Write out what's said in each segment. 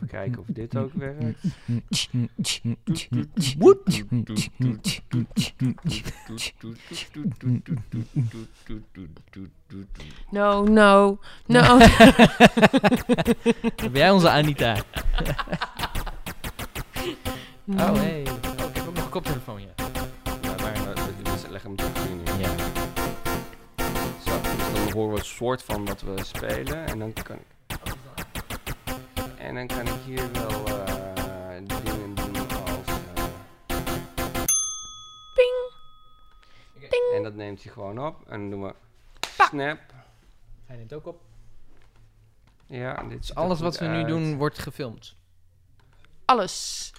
Even kijken of dit ook werkt. No. Ben jij onze Anita? Oh, hey. Oh, ik heb ook nog een koptelefoon, ja. Ja, maar we leggen hem toch in. Ja. Zo, dus dan horen we het soort van wat we spelen. En dan kan ik hier wel dingen doen als... Ping. Ding. En dat neemt hij gewoon op. En dan doen we snap. Hij neemt ook op. Ja, dit Dus ziet alles er wat goed we nu uit. doen wordt gefilmd. Alles.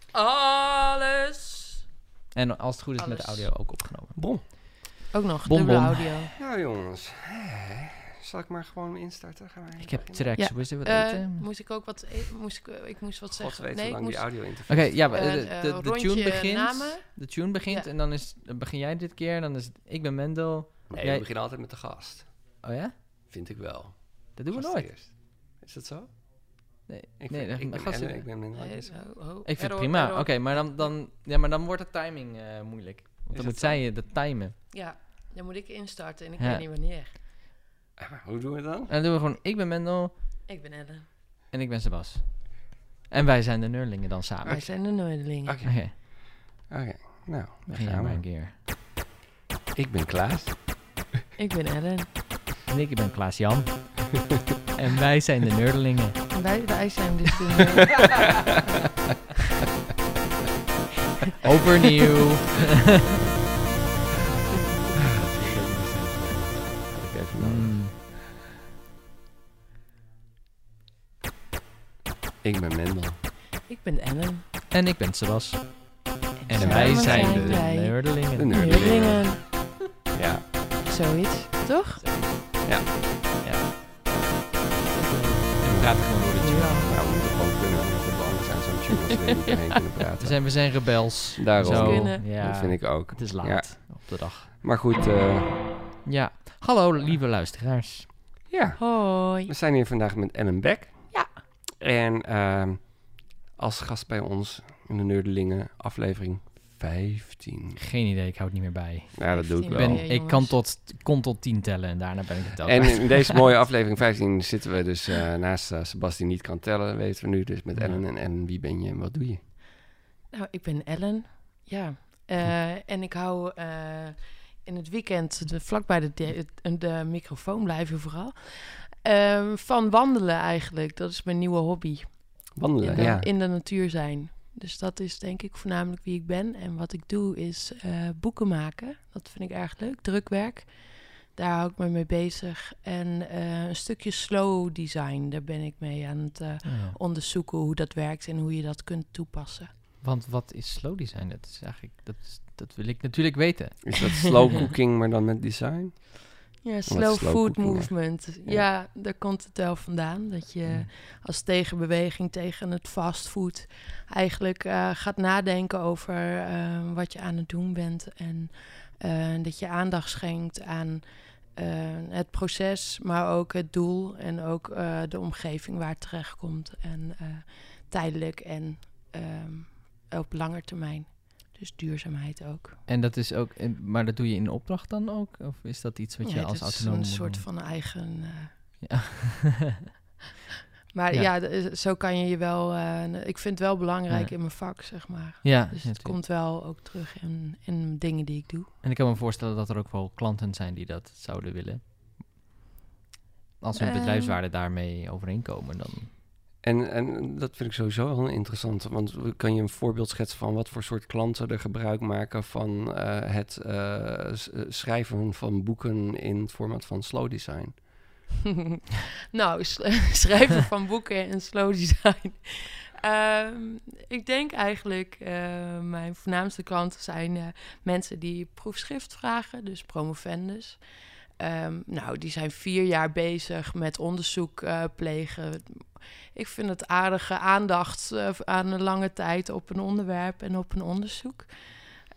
En als het goed is met de audio ook opgenomen. Bon. Ook nog Bom, dubbele bom. audio. Nou jongens. Zal ik maar gewoon instarten? Gaan wij Ik heb beginnen? tracks. Ja, Wil je wat eten? Moest ik ook wat eten? Ik moest wat God zeggen. weet Nee, hoe ik lang die moest audio interface Oké, ja, de rondje tune begint. namen. De tune begint Ja. en dan begin jij dit keer. Dan is het, ik ben Mendel. Nee, Jij- we beginnen altijd met de gast. Oh ja? Vind ik wel. Dat doen we Gast nooit. eerst. Is dat zo? Nee, Ik nee, ben gasten- Ellen, ik ben Mendel. Nee, Is het- ho. Ik vind het Error, prima. error. Oké, maar dan wordt de timing moeilijk. Want dan het moet zij je dat timen. Ja, dan moet ik instarten en ik Ja. weet niet wanneer. Hoe doen we het dan? En dan doen we gewoon, ik ben Mendel Ik ben Ellen. en ik ben Sebas. En wij zijn de Nerdlingen dan samen. Wij zijn de Noorderlingen. Oké. Oké, Oké, nou, dan begin jij gaan maar we. een keer. Ik ben Klaas. Ik ben Ellen. En ik ben Klaas-Jan. En wij zijn de Nerdlingen. En wij zijn dus de... Overnieuw. Had ik even nodig. Mm. Ik ben Mendel. Ik ben Ellen. En ik ben Sebas. En samen wij zijn zijn de wij Nerdlingen. de Nerdlingen. Noorderlingen. Ja. Zoiets, toch? Ja. En we praten gewoon door de tune. Nou, we moeten gewoon kunnen. Want we anders aan zo'n tune als we er niet doorheen kunnen praten. We zijn rebels. Daarom. Zo, kunnen. ja. Dat vind ik ook. Het is laat op de dag. Maar goed, Ja. Hallo lieve luisteraars. ja. Hoi. We zijn hier vandaag met Ellen Beck. Ja. En als gast bij ons in de Nerdelingen aflevering 15. Geen idee, ik hou het niet meer bij. Ja, dat doe ik 15 wel. ben je. Ik kon tot 10 tellen en daarna ben ik het ook. En in deze mooie aflevering 15 zitten we dus naast Sebas niet kan tellen, weten we nu. Dus met Ja. Ellen. En Ellen, wie ben je en wat doe je? Nou, ik ben Ellen. Ja. En ik hou in het weekend vlakbij de microfoon blijven vooral. Van wandelen eigenlijk. Dat is mijn nieuwe hobby. Wandelen, In de natuur zijn. Dus dat is denk ik voornamelijk wie ik ben. En wat ik doe is boeken maken. Dat vind ik erg leuk. Drukwerk. Daar hou ik me mee bezig. En een stukje slow design. Daar ben ik mee aan het Ja. onderzoeken hoe dat werkt en hoe je dat kunt toepassen. Want wat is slow design? Dat is eigenlijk, dat wil ik natuurlijk weten. Is dat slow cooking, maar dan met design? Ja, slow slow food cooking, ja. movement. Ja, daar komt het wel vandaan. Dat je als tegenbeweging tegen het fastfood eigenlijk gaat nadenken over wat je aan het doen bent. En dat je aandacht schenkt aan het proces, maar ook het doel en ook de omgeving waar het terecht komt. En tijdelijk en op lange termijn. Dus duurzaamheid ook. En dat is ook, maar dat doe je in opdracht dan ook? Of is dat iets wat je Nee, als dat is autonoom een moet soort doen? van eigen... Ja. Maar Ja. zo kan je wel... ik vind het wel belangrijk Ja. in mijn vak, zeg maar. Ja, Dus het natuurlijk. komt wel ook terug in dingen die ik doe. En ik kan me voorstellen dat er ook wel klanten zijn die dat zouden willen. Als hun bedrijfswaarde daarmee overeenkomen, dan... En dat vind ik sowieso heel interessant. Want kan je een voorbeeld schetsen van wat voor soort klanten er gebruik maken van het schrijven van boeken in het format van slow design? Nou, schrijven van boeken en slow design. Ik denk eigenlijk, mijn voornaamste klanten zijn mensen die proefschrift vragen, dus promovendus. Nou, die zijn 4 jaar bezig met onderzoek plegen. Ik vind het aardige aandacht aan een lange tijd op een onderwerp en op een onderzoek.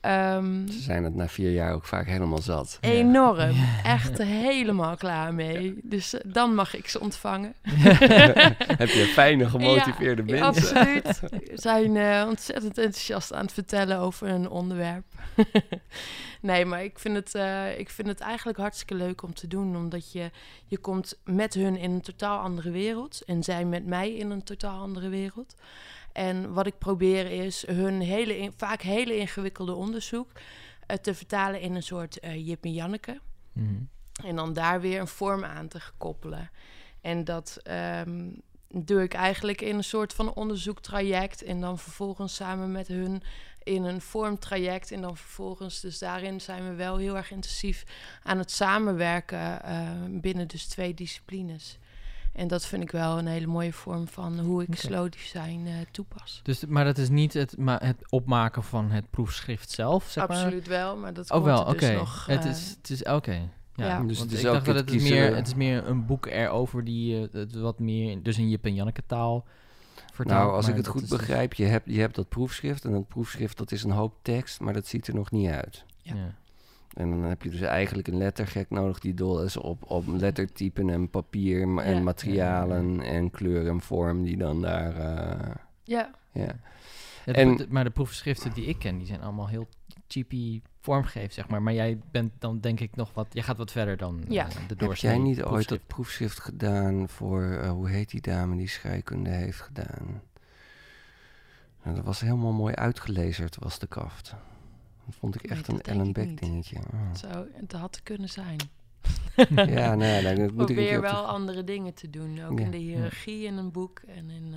Ze zijn het na 4 jaar ook vaak helemaal zat. Enorm. Echt helemaal klaar mee. Dus dan mag ik ze ontvangen. Heb je fijne, gemotiveerde mensen? Absoluut. Ze zijn ontzettend enthousiast aan het vertellen over een onderwerp. Nee, maar ik vind het eigenlijk hartstikke leuk om te doen. Omdat je komt met hun in een totaal andere wereld. En zij met mij in een totaal andere wereld. En wat ik probeer is hun vaak hele ingewikkelde onderzoek te vertalen in een soort Jip en Janneke. Mm-hmm. En dan daar weer een vorm aan te koppelen. En dat doe ik eigenlijk in een soort van onderzoektraject. En dan vervolgens samen met hun in een vormtraject. En dan vervolgens, dus daarin zijn we wel heel erg intensief aan het samenwerken binnen dus 2 disciplines. En dat vind ik wel een hele mooie vorm van hoe ik slow design toepas. Dus, maar dat is niet het opmaken van het proefschrift zelf, zeg maar? Absoluut wel, maar dat ook komt wel, er dus nog... Het is oké. Ja, dus want het is ik ook dacht dat het het is meer een boek erover die het wat meer, dus in Jip en Janneke taal vertaalt. Nou, als ik het dat goed is begrijp, je hebt dat proefschrift. En dat proefschrift, dat is een hoop tekst, maar dat ziet er nog niet uit. Ja. Ja. En dan heb je dus eigenlijk een lettergek nodig die dol is op lettertypen en papier en materialen en kleur en vorm die dan daar... Ja. Maar de proefschriften die ik ken, die zijn allemaal heel cheapy vormgegeven, zeg maar. Maar jij bent dan denk ik nog wat... Jij gaat wat verder dan de doorsnee. Heb jij niet ooit dat proefschrift gedaan voor... hoe heet die dame die scheikunde heeft gedaan? Nou, dat was helemaal mooi uitgelezerd, was de kaft. Dat vond ik echt een Ellen Beck dingetje. Oh. Dat had te kunnen zijn. Ja, nou ja, dan moet ik probeer wel andere dingen te doen. Ook Ja, in de hiërarchie in een boek. En in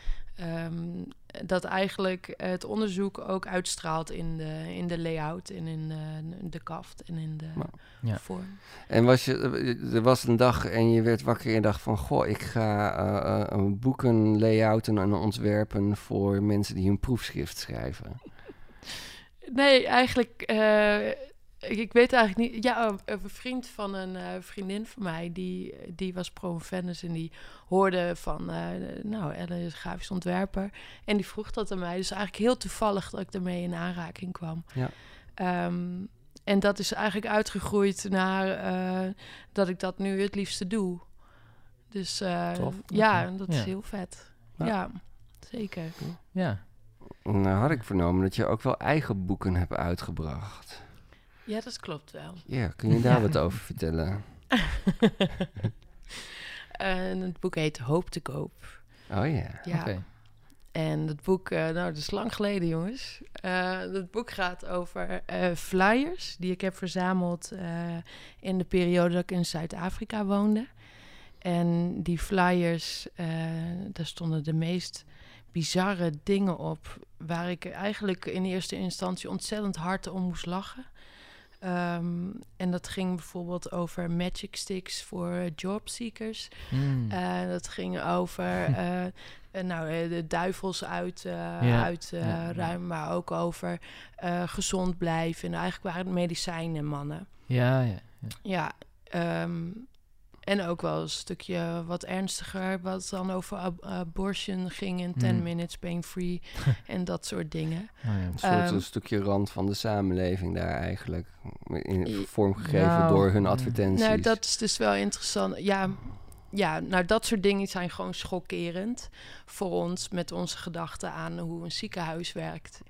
dat eigenlijk het onderzoek ook uitstraalt in de layout. En in de kaft en in de vorm. En er was een dag en je werd wakker en je dacht van... Goh, ik ga boeken layouten en ontwerpen voor mensen die een proefschrift schrijven. Nee, eigenlijk... ik weet eigenlijk niet... Ja, een vriend van een vriendin van mij... die was promovendus en die hoorde van... Ellen is grafisch ontwerper. En die vroeg dat aan mij. Dus eigenlijk heel toevallig dat ik ermee in aanraking kwam. Ja. En dat is eigenlijk uitgegroeid naar... dat ik dat nu het liefste doe. Dus dat is heel vet. Ja, zeker. Ja. Nou had ik vernomen dat je ook wel eigen boeken hebt uitgebracht. Ja, dat klopt wel. Ja, kun je daar wat over vertellen? Het boek heet Hoop te koop. Oh ja. Oké. En het boek, dat is lang geleden, jongens. Het boek gaat over flyers die ik heb verzameld in de periode dat ik in Zuid-Afrika woonde. En die flyers, daar stonden de meest bizarre dingen op, waar ik eigenlijk in eerste instantie ontzettend hard om moest lachen. En dat ging bijvoorbeeld over magic sticks voor jobseekers. Dat ging over de duivels uitruimen, maar ook over gezond blijven. En eigenlijk waren het medicijnen, mannen. Ja, en ook wel een stukje wat ernstiger, wat dan over abortion ging in 10 minutes pain-free en dat soort dingen. Een soort stukje rand van de samenleving daar eigenlijk, vormgegeven door hun advertenties. Nou, dat is dus wel interessant. Ja, nou dat soort dingen zijn gewoon schokkerend voor ons met onze gedachten aan hoe een ziekenhuis werkt.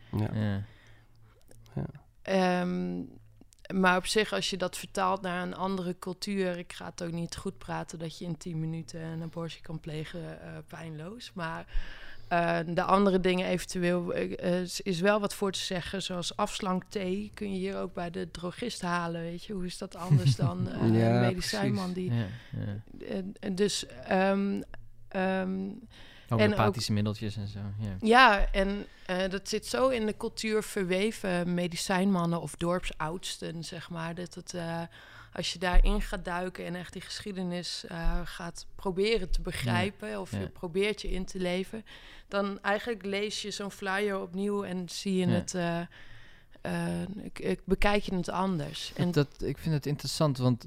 Maar op zich, als je dat vertaalt naar een andere cultuur... ik ga het ook niet goed praten dat je in 10 minuten een abortie kan plegen pijnloos. Maar de andere dingen eventueel is wel wat voor te zeggen. Zoals afslankthee kun je hier ook bij de drogist halen, weet je. Hoe is dat anders dan een medicijnman die... Dus... homeopathische middeltjes en zo. Ja, en dat zit zo in de cultuur verweven, medicijnmannen of dorpsoudsten, zeg maar. Dat het, als je daarin gaat duiken en echt die geschiedenis gaat proberen te begrijpen... of je probeert je in te leven... dan eigenlijk lees je zo'n flyer opnieuw en zie je het... bekijk je het anders. Ik vind het interessant, want...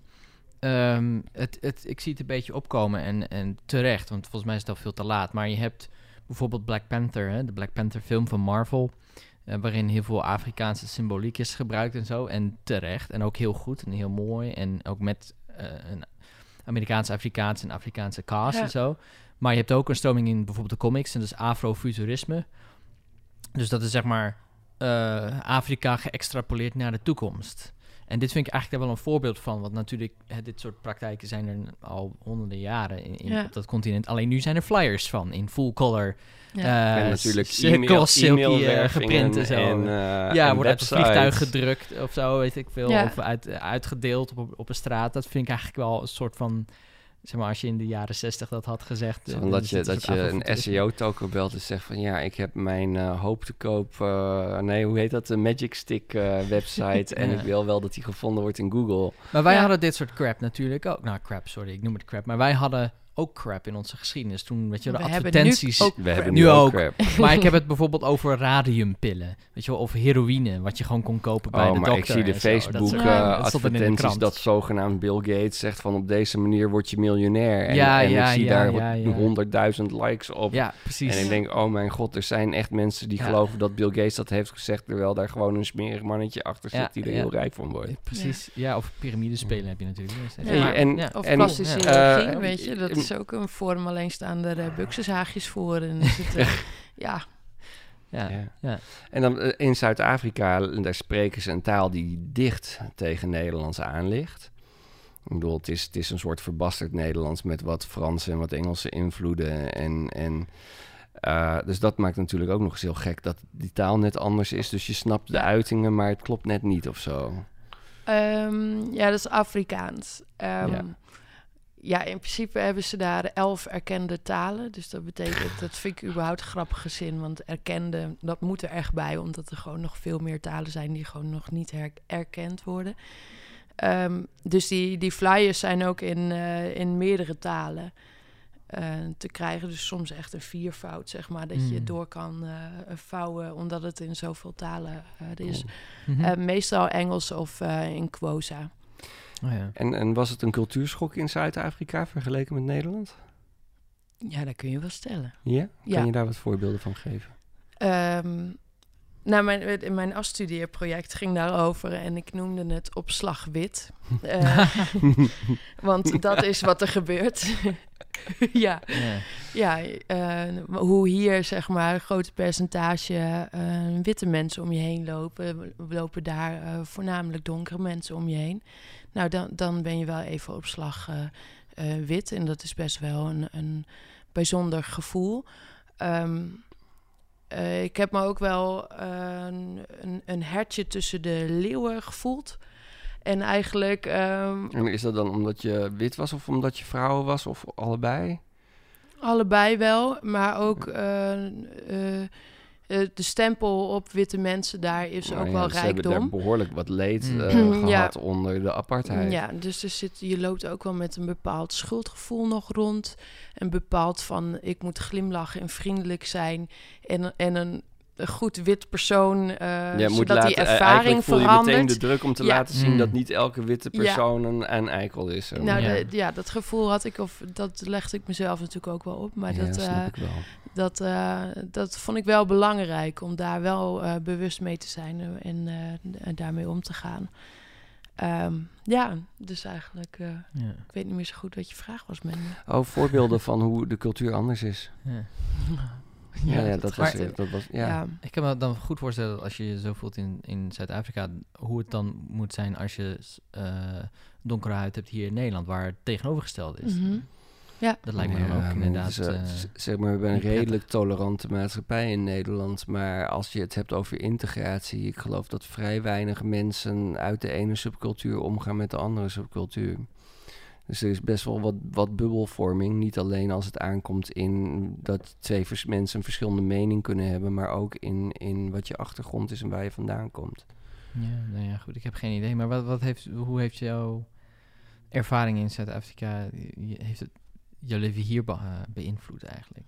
ik zie het een beetje opkomen en terecht, want volgens mij is het al veel te laat. Maar je hebt bijvoorbeeld Black Panther, de Black Panther film van Marvel. waarin heel veel Afrikaanse symboliek is gebruikt en zo. En terecht. En ook heel goed en heel mooi. En ook met een Amerikaanse Afrikaanse en Afrikaanse cast en zo. Maar je hebt ook een stroming in bijvoorbeeld de comics. En dat is afrofuturisme. Dus dat is zeg maar Afrika geëxtrapoleerd naar de toekomst. En dit vind ik eigenlijk wel een voorbeeld van. Want natuurlijk, dit soort praktijken zijn er al honderden jaren op dat continent. Alleen nu zijn er flyers van in full color. En natuurlijk silky geprint en zo. En wordt uit een vliegtuig gedrukt of zo, weet ik veel. Ja. Of uitgedeeld op een straat. Dat vind ik eigenlijk wel een soort van... Zeg maar, als je in de jaren 60 dat had gezegd... dat je een SEO-token belt en zegt van... ja, ik heb mijn hoop te koop... hoe heet dat? De Magic Stick website. En ik wil wel dat die gevonden wordt in Google. Maar wij hadden dit soort crap natuurlijk ook. Nou, crap, sorry, ik noem het crap. Maar wij hadden ook crap in onze geschiedenis. Toen, weet je, de advertenties... We hebben nu ook crap. Maar ik heb het bijvoorbeeld over radiumpillen. Weet je wel, of heroïne, wat je gewoon kon kopen bij de dokter. Maar ik zie de Facebook-advertenties dat zogenaamd Bill Gates zegt van op deze manier word je miljonair. En ik zie daar 100.000 likes op. Ja, precies. En ik denk, oh mijn god, er zijn echt mensen die geloven dat Bill Gates dat heeft gezegd, terwijl daar gewoon een smerig mannetje achter zit die er heel rijk van wordt. Precies. Ja, of piramidespelen heb je natuurlijk. Of plastische chirurgie, weet je, dat is ook een vorm, alleen staan er buxushaagjes voor. En is het, Ja. En dan in Zuid-Afrika, daar spreken ze een taal die dicht tegen Nederlands aan ligt. Ik bedoel, het is een soort verbasterd Nederlands met wat Franse en wat Engelse invloeden. Dus dat maakt natuurlijk ook nog eens heel gek dat die taal net anders is. Dus je snapt de uitingen, maar het klopt net niet of zo. Dat is Afrikaans. Ja, in principe hebben ze daar 11 erkende talen. Dus dat betekent, dat vind ik überhaupt een grappige zin. Want erkende, dat moet er echt bij. Omdat er gewoon nog veel meer talen zijn die gewoon nog niet erkend worden. Dus die flyers zijn ook in meerdere talen te krijgen. Dus soms echt een viervoud, zeg maar. Dat je door kan vouwen, omdat het in zoveel talen is. Meestal Engels of in Xhosa. Oh ja. En was het een cultuurschok in Zuid-Afrika vergeleken met Nederland? Ja, dat kun je wel stellen. Ja? Kan je daar wat voorbeelden van geven? Mijn afstudeerproject ging daarover en ik noemde het opslag wit. Want dat is wat er gebeurt. Hoe hier, zeg maar, een groot percentage witte mensen om je heen lopen daar voornamelijk donkere mensen om je heen. Nou, dan ben je wel even op slag wit. En dat is best wel een bijzonder gevoel. Ik heb me ook wel een hertje tussen de leeuwen gevoeld. En eigenlijk... En is dat dan omdat je wit was of omdat je vrouw was of allebei? Allebei wel, maar ook... de stempel op witte mensen daar is ook wel rijkdom. Ze hebben daar behoorlijk wat leed gehad onder de apartheid. Ja, dus je loopt ook wel met een bepaald schuldgevoel nog rond. Een bepaald van, ik moet glimlachen en vriendelijk zijn. En een goed wit persoon, zodat die ervaring voel je verandert. Meteen de druk om te laten zien dat niet elke witte persoon een eikel is. Dat gevoel had ik, of dat legde ik mezelf natuurlijk ook wel op. Maar dat snap ik wel. Dat vond ik wel belangrijk om daar wel bewust mee te zijn en daarmee om te gaan. Dus eigenlijk... Ik weet niet meer zo goed wat je vraag was, Mende. Voorbeelden van hoe de cultuur anders is. Dat was... Ik kan me dan goed voorstellen dat als je je zo voelt in Zuid-Afrika, hoe het dan moet zijn als je donkere huid hebt hier in Nederland, waar het tegenovergesteld is. Mm-hmm. Ja. Dat lijkt me dan ook inderdaad... zeg maar, we hebben een redelijk tolerante maatschappij in Nederland, maar als je het hebt over integratie, ik geloof dat vrij weinig mensen uit de ene subcultuur omgaan met de andere subcultuur. Dus er is best wel wat bubbelvorming. Niet alleen als het aankomt in dat twee mensen een verschillende mening kunnen hebben, maar ook in wat je achtergrond is en waar je vandaan komt. Ja, goed. Ik heb geen idee. Maar hoe heeft jouw ervaring in Zuid-Afrika, heeft het jouw leven hier beïnvloed eigenlijk?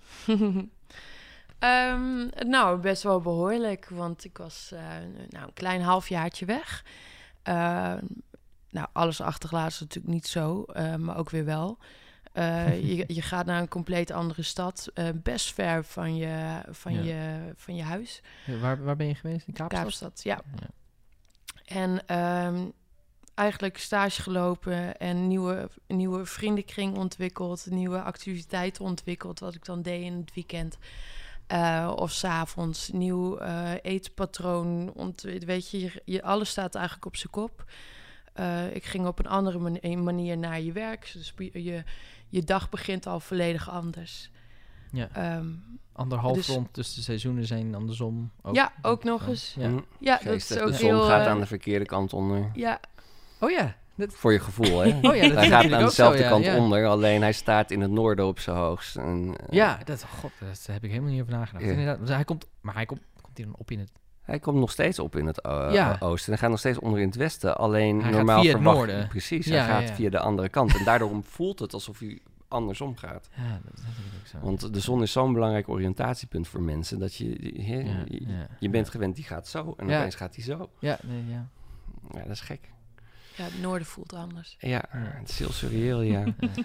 Best wel behoorlijk. Want ik was een klein halfjaartje weg. Alles achtergelaten is natuurlijk niet zo, maar ook weer wel. Je gaat naar een compleet andere stad. Best ver van je huis. Waar ben je geweest? In Kaapstad? Kaapstad, ja. En eigenlijk stage gelopen en nieuwe vriendenkring ontwikkeld, nieuwe activiteiten ontwikkeld, wat ik dan deed in het weekend of 's avonds, nieuw eetpatroon. Weet je, alles staat eigenlijk op zijn kop. Ik ging op een andere manier naar je werk, dus je dag begint al volledig anders. Ja. Anderhalf rond, dus de seizoenen zijn andersom. Ook. Ja, ook nog eens. Ja, dat is ook de zon gaat aan de verkeerde kant onder. Ja. Oh ja. Voor je gevoel, hè? Oh ja, hij gaat aan dezelfde kant onder, alleen hij staat in het noorden op zijn hoogst. En, daar heb ik helemaal niet over nagedacht. Inderdaad, dus hij komt hij dan op in het... Hij komt nog steeds op in het oosten. Hij gaat nog steeds onder in het westen. Alleen hij normaal gaat via verwacht... het noorden. Precies, hij gaat via de andere kant. En daardoor voelt het alsof hij andersom gaat. Ja, dat is ook zo. Want de zon is zo'n belangrijk oriëntatiepunt voor mensen... dat je bent gewend, die gaat zo. En opeens gaat hij zo. Ja, dat is gek. Ja, het noorden voelt anders. Ja, het is heel surreëel, ja.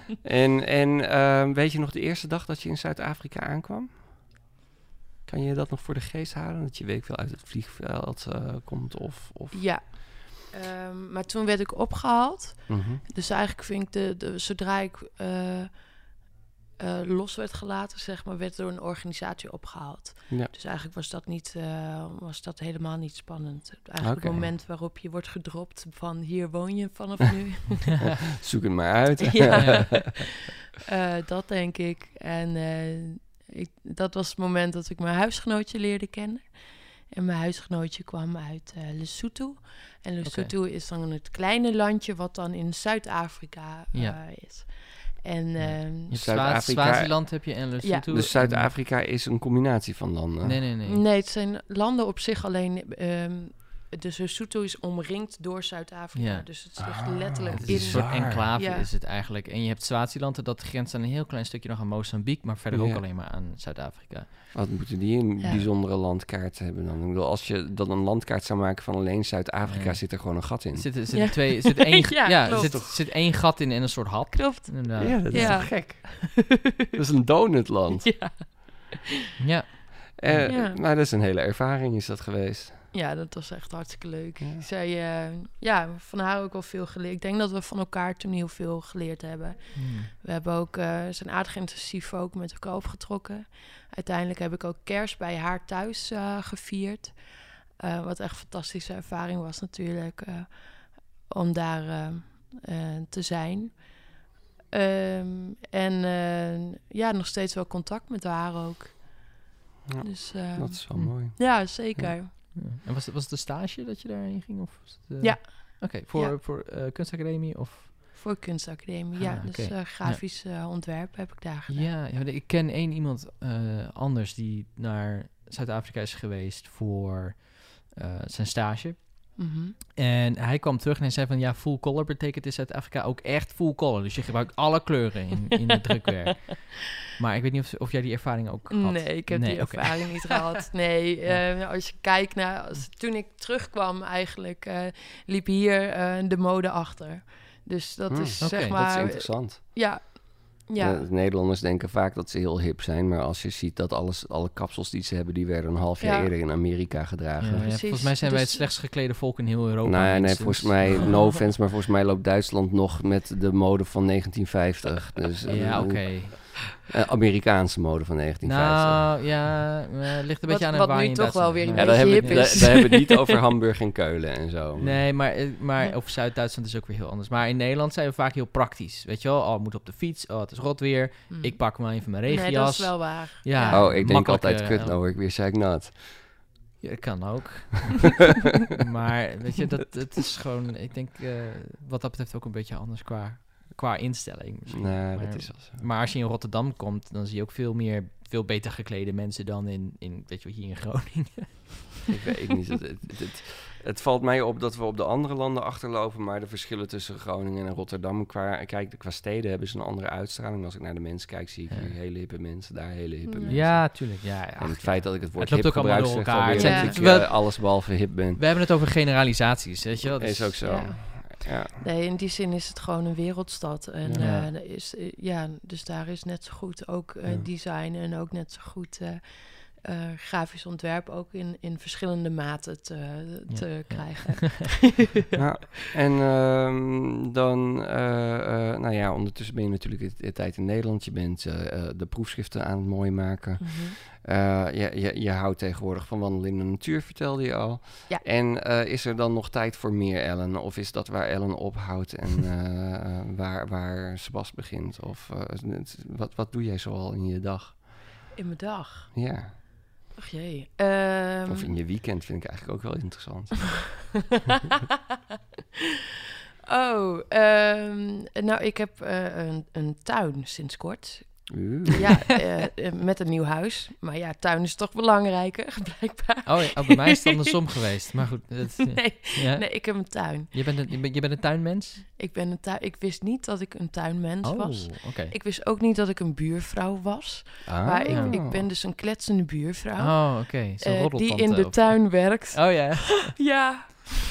En weet je nog de eerste dag dat je in Zuid-Afrika aankwam? Kan je dat nog voor de geest halen? Dat je weet veel uit het vliegveld komt? Of? Ja, maar toen werd ik opgehaald. Mm-hmm. Dus eigenlijk vind ik, zodra ik los werd gelaten, zeg maar, werd door een organisatie opgehaald. Ja. Dus eigenlijk was dat helemaal niet spannend. Eigenlijk het moment waarop je wordt gedropt van hier woon je vanaf nu. Zoek het maar uit. Dat denk ik. En dat was het moment dat ik mijn huisgenootje leerde kennen. En mijn huisgenootje kwam uit Lesotho. En Lesotho is dan het kleine landje wat dan in Zuid-Afrika is. En Swaziland heb je en Lesotho. Ja. Dus Zuid-Afrika is een combinatie van landen? Nee, het zijn landen op zich alleen. Dus Lesotho is omringd door Zuid-Afrika. Ja. Dus het ligt letterlijk in... een soort enclave is het eigenlijk. En je hebt Swaziland, dat grenst aan een heel klein stukje nog aan Mozambique, maar verder ook alleen maar aan Zuid-Afrika. Wat moeten die een bijzondere landkaart hebben dan? Ik bedoel, als je dan een landkaart zou maken van alleen Zuid-Afrika, zit er gewoon een gat in. Zit één gat in en een soort hap. Klopt. Inderdaad. Ja, dat is toch gek? Dat is een donutland. Ja. Maar dat is een hele ervaring, is dat geweest. Ja, dat was echt hartstikke leuk. Zij, van haar ook wel veel geleerd. Ik denk dat we van elkaar toen heel veel geleerd hebben. We hebben ook, zijn aardig intensief ook met elkaar opgetrokken. Uiteindelijk heb ik ook kerst bij haar thuis gevierd. Wat echt een fantastische ervaring was natuurlijk. Om daar te zijn. Nog steeds wel contact met haar ook. Ja, dus, dat is wel mooi. Ja, zeker. Ja. En was het de stage dat je daarheen ging? Of was het, ja. Oké, voor kunstacademie of... Voor kunstacademie, Dus grafisch ontwerp heb ik daar gedaan. Ja, ik ken iemand anders die naar Zuid-Afrika is geweest voor zijn stage. Mm-hmm. En hij kwam terug en hij zei van... full color betekent in Zuid-Afrika ook echt full color. Dus je gebruikt alle kleuren in het drukwerk. Maar ik weet niet of jij die ervaring ook had. Nee, ik heb die ervaring niet gehad. Nee, als je kijkt naar... Toen ik terugkwam eigenlijk... liep hier de mode achter. Dus dat is zeg maar... Dat is interessant. Ja. De Nederlanders denken vaak dat ze heel hip zijn, maar als je ziet dat alle kapsels die ze hebben, die werden een half jaar eerder in Amerika gedragen. Ja, volgens mij zijn wij het slechtst geklede volk in heel Europa. Nee, volgens mij, no offense, maar volgens mij loopt Duitsland nog met de mode van 1950. Dus, Amerikaanse mode van 1950. Nou, ligt een beetje aan waar je in toch wel weer een beetje hip is. Daar hebben we het niet over Hamburg en Keulen en zo. Nee, maar over Zuid-Duitsland is ook weer heel anders. Maar in Nederland zijn we vaak heel praktisch. Weet je wel, moet op de fiets. Het is rot weer. Ik pak maar even mijn regenjas. Nee, dat is wel waar. Ja, ik denk altijd, kut, nou word ik weer zeiknat. Ja, dat kan ook. Maar weet je, het is gewoon... Ik denk wat dat betreft ook een beetje anders qua instelling. Nee, dat is wel zo. Maar als je in Rotterdam komt, dan zie je ook veel beter geklede mensen dan in weet je wat, hier in Groningen. Ik weet niet. Het valt mij op dat we op de andere landen achterlopen, maar de verschillen tussen Groningen en Rotterdam qua steden hebben ze een andere uitstraling. Als ik naar de mensen kijk, zie ik hier hele hippe mensen, daar hele hippe mensen. Ja, tuurlijk. Ja, en het feit dat ik het woord hip gebruik, zegt alweer dat ik alles behalve hip ben. We hebben het over generalisaties, weet je wel. Is ook zo. Ja. Ja. Nee, in die zin is het gewoon een wereldstad. En Ja. dus daar is net zo goed ook design en ook net zo goed grafisch ontwerp ook in verschillende maten te krijgen. Ja. En dan, nou ja, ondertussen ben je natuurlijk de tijd in Nederland. Je bent de proefschriften aan het mooi maken. Je houdt tegenwoordig van wandelen in de natuur, vertelde je al. Ja. En is er dan nog tijd voor meer Ellen? Of is dat waar Ellen ophoudt en waar Sebas begint? Of wat doe jij zoal in je dag? In mijn dag? Ja. Ach jee. Of in je weekend vind ik eigenlijk ook wel interessant. Nou, ik heb een tuin sinds kort. Ja, Met een nieuw huis. Maar ja, tuin is toch belangrijker, blijkbaar. Bij mij is het andersom geweest. Maar goed. Nee, ik heb een tuin. Je bent een tuinmens? Ik wist niet dat ik een tuinmens was. Okay. Ik wist ook niet dat ik een buurvrouw was. Maar ik ben dus een kletsende buurvrouw. Oké. Die in de tuin werkt. Oh ja. Ja.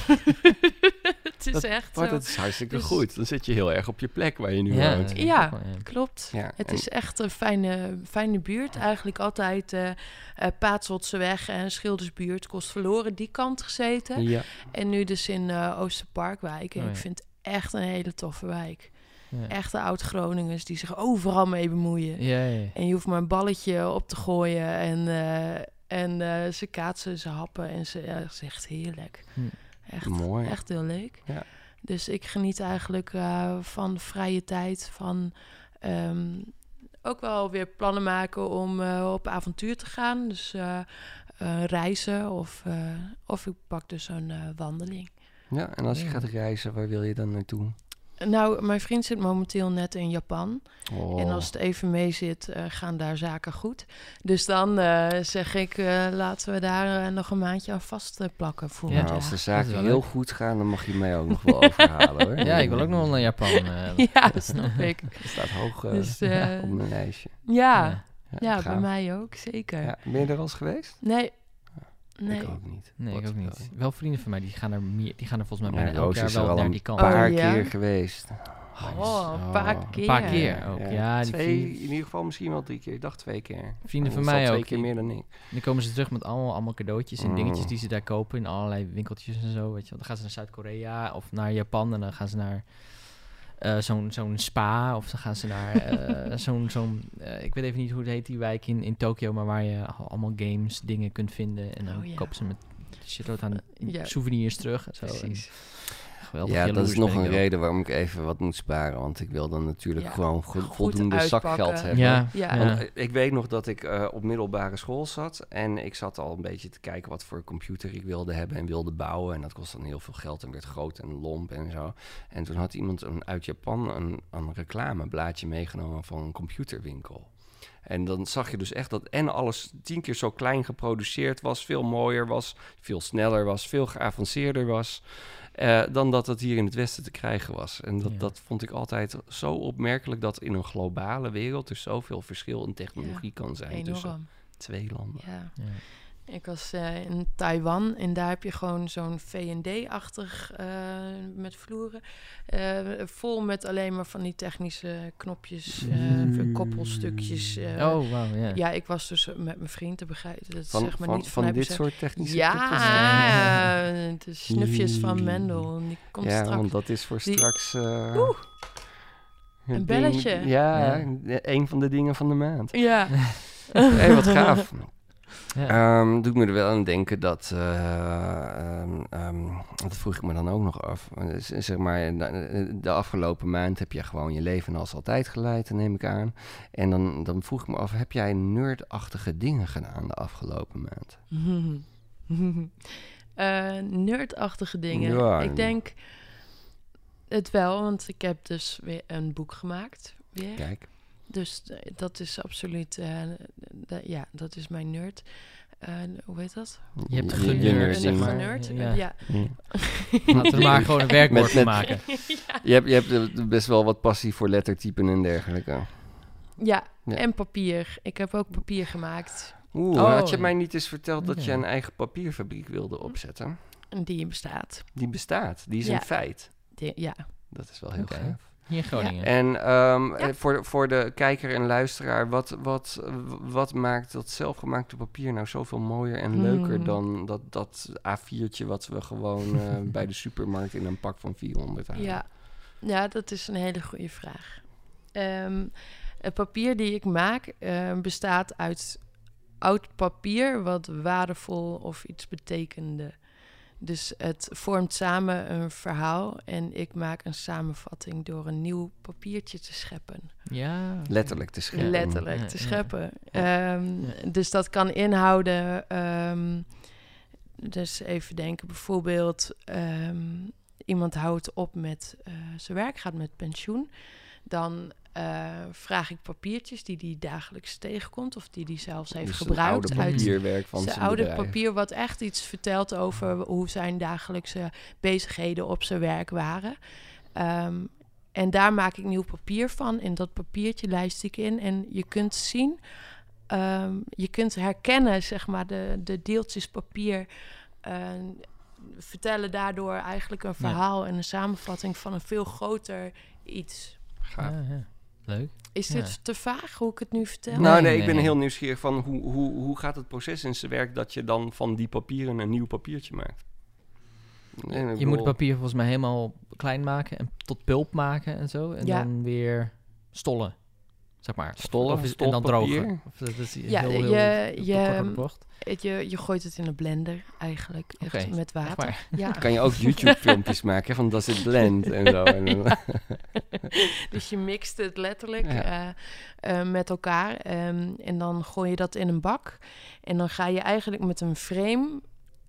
Het is echt zo. Dat is hartstikke goed. Dan zit je heel erg op je plek waar je nu woont. Ja, klopt. Ja, het is echt een fijne buurt. Eigenlijk altijd Paatswotseweg en Schildersbuurt, Kostverloren, die kant gezeten. Ja. En nu dus in Oosterparkwijk. En ik vind het echt een hele toffe wijk. Ja. Echte oud-Groningers die zich overal mee bemoeien. Ja. En je hoeft maar een balletje op te gooien en ze kaatsen, ze happen en het is echt heerlijk. Echt mooi. Echt heel leuk. Ja. Dus ik geniet eigenlijk van de vrije tijd, van ook wel weer plannen maken om op avontuur te gaan. Dus reizen of ik pak dus zo'n wandeling. Ja, en als je gaat reizen, waar wil je dan naartoe? Nou, mijn vriend zit momenteel net in Japan. Oh. En als het even mee zit, gaan daar zaken goed. Dus dan zeg ik, laten we daar nog een maandje aan vastplakken voor het jaar. Als de zaken heel goed gaan, dan mag je mij ook nog wel overhalen, hoor. Ja, ik wil ook nog wel naar Japan. Ja, dat snap ik. Dat staat hoog op mijn lijstje. Ja, bij mij ook, zeker. Ja, ben je er al eens geweest? Nee. Ik ook niet. Nee, ik ook niet. Wel vrienden van mij, die gaan er volgens mij bijna elk jaar wel naar die kant. Een paar keer geweest. Een paar keer. Een paar keer ook, ja. In ieder geval misschien wel 3 keer. Ik dacht 2 keer. Vrienden van mij ook. 2 keer meer dan ik. Dan komen ze terug met allemaal cadeautjes en dingetjes die ze daar kopen in allerlei winkeltjes en zo, weet je wel. Dan gaan ze naar Zuid-Korea of naar Japan en dan gaan ze naar zo'n spa of dan gaan ze naar ik weet even niet hoe het heet, die wijk in Tokio, maar waar je allemaal games, dingen kunt vinden en dan kopen ze met shitload aan souvenirs terug en zo. Precies. Ja, dat is nog een reden waarom ik even wat moet sparen. Want ik wil dan natuurlijk gewoon voldoende zakgeld hebben. Ja. Want ik weet nog dat ik op middelbare school zat. En ik zat al een beetje te kijken wat voor computer ik wilde hebben en wilde bouwen. En dat kost dan heel veel geld en werd groot en lomp en zo. En toen had iemand uit Japan een reclameblaadje meegenomen van een computerwinkel. En dan zag je dus echt dat alles 10 keer zo klein geproduceerd was, veel mooier was, veel sneller was, veel geavanceerder was. Dan dat het hier in het Westen te krijgen was. En dat vond ik altijd zo opmerkelijk, dat in een globale wereld er zoveel verschil in technologie kan zijn. Enorm. Tussen 2 landen. Ja. Ik was in Taiwan en daar heb je gewoon zo'n V&D-achtig met vloeren. Vol met alleen maar van die technische knopjes, koppelstukjes. Wow, yeah. Ja, ik was dus met mijn vriend te begrijpen. Dat zeg maar niet van dit soort technische koppels. De snufjes van Mendel. Die komt straks. Want dat is voor straks... een belletje. Een van de dingen van de maand. Ja. Hey, wat gaaf. Ja. Doet me er wel aan denken dat vroeg ik me dan ook nog af. Zeg maar, de afgelopen maand heb je gewoon je leven als altijd geleid, neem ik aan. En dan vroeg ik me af, heb jij nerdachtige dingen gedaan de afgelopen maand? Nerdachtige dingen? Ja, ik denk het wel, want ik heb dus weer een boek gemaakt. Weer. Kijk. Dus dat is absoluut, dat is mijn nerd. Hoe heet dat? Je hebt een nerd. Ja. Laten we maar gewoon een werkwoord van maken. Je hebt best wel wat passie voor lettertypen en dergelijke. Ja, en papier. Ik heb ook papier gemaakt. Had je mij niet eens verteld dat je een eigen papierfabriek wilde opzetten? Die bestaat. Die bestaat? Die is een feit? Ja. Dat is wel heel Oké. gaaf. Hier in Groningen. En voor de kijker en luisteraar, wat maakt dat zelfgemaakte papier nou zoveel mooier en leuker dan dat A4'tje wat we gewoon bij de supermarkt in een pak van 400 halen? Ja, dat is een hele goede vraag. Het papier die ik maak bestaat uit oud papier wat waardevol of iets betekende. Dus het vormt samen een verhaal en ik maak een samenvatting door een nieuw papiertje te scheppen. Ja. Letterlijk te scheppen. Letterlijk te scheppen. Dus dat kan inhouden... dus even denken, bijvoorbeeld... iemand houdt op met zijn werk, gaat met pensioen. Dan vraag ik papiertjes die hij dagelijks tegenkomt... of die hij zelfs heeft gebruikt. Oude papierwerk van zijn oude bedrijf. papier wat echt iets vertelt over hoe zijn dagelijkse bezigheden op zijn werk waren. En daar maak ik nieuw papier van. En dat papiertje lijst ik in. En je kunt zien, je kunt herkennen, zeg maar, de deeltjes papier... vertellen daardoor eigenlijk een verhaal en een samenvatting van een veel groter iets. Gaaf. Ja. Leuk. Is dit te vaag hoe ik het nu vertel? Nou, Nee. ik ben heel nieuwsgierig van hoe gaat het proces in zijn werk dat je dan van die papieren een nieuw papiertje maakt? Je moet het papier volgens mij helemaal klein maken en tot pulp maken en zo. En dan weer stollen, zeg maar. Stollen, en dan papier. drogen. Of dat is Ja, heel kort op de bocht. Je gooit het in een blender eigenlijk, echt Oké, met water. Ja. Kan je ook YouTube-filmpjes maken van Does It Blend en zo. En dan, Dus je mixt het letterlijk met elkaar. En dan gooi je dat in een bak. En dan ga je eigenlijk met een frame...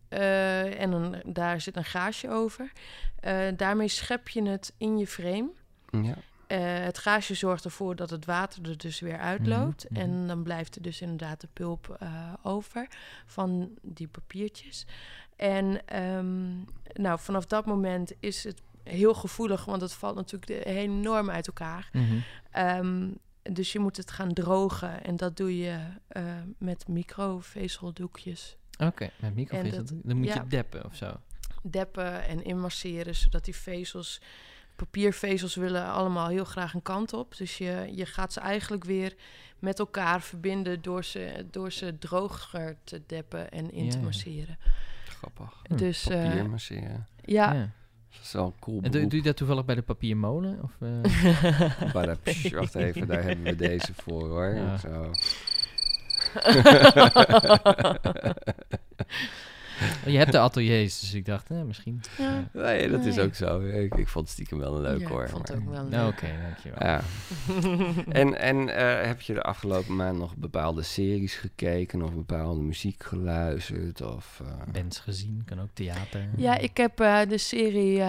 en daar zit een gaasje over. Daarmee schep je het in je frame. ja. Het gaasje zorgt ervoor dat het water er dus weer uitloopt. En dan blijft er dus inderdaad de pulp over van die papiertjes. En vanaf dat moment is het heel gevoelig, want het valt natuurlijk enorm uit elkaar. Dus je moet het gaan drogen. En dat doe je met microvezeldoekjes. Oké, met microvezel. Dan moet je deppen of zo. Deppen en inmasseren, zodat die vezels... Papiervezels willen allemaal heel graag een kant op. Dus je gaat ze eigenlijk weer met elkaar verbinden... door ze droger te deppen en in te masseren. Grappig. Dus, papier masseren. Ja. Dat is wel een cool En doe je dat toevallig bij de papiermolen? Of, wacht even, daar hebben we deze voor, hoor. Ja. Zo. Je hebt de ateliers, dus ik dacht, misschien. Ja. Nee, dat is ook zo. Ik vond het stiekem wel een leuk, hoor. Ik vond het ook wel Nou, leuk. Oké, dankjewel. Ja. En heb je de afgelopen maand nog bepaalde series gekeken... of bepaalde muziek geluisterd? Of, Bands gezien, kan ook theater. Ja, ik heb de serie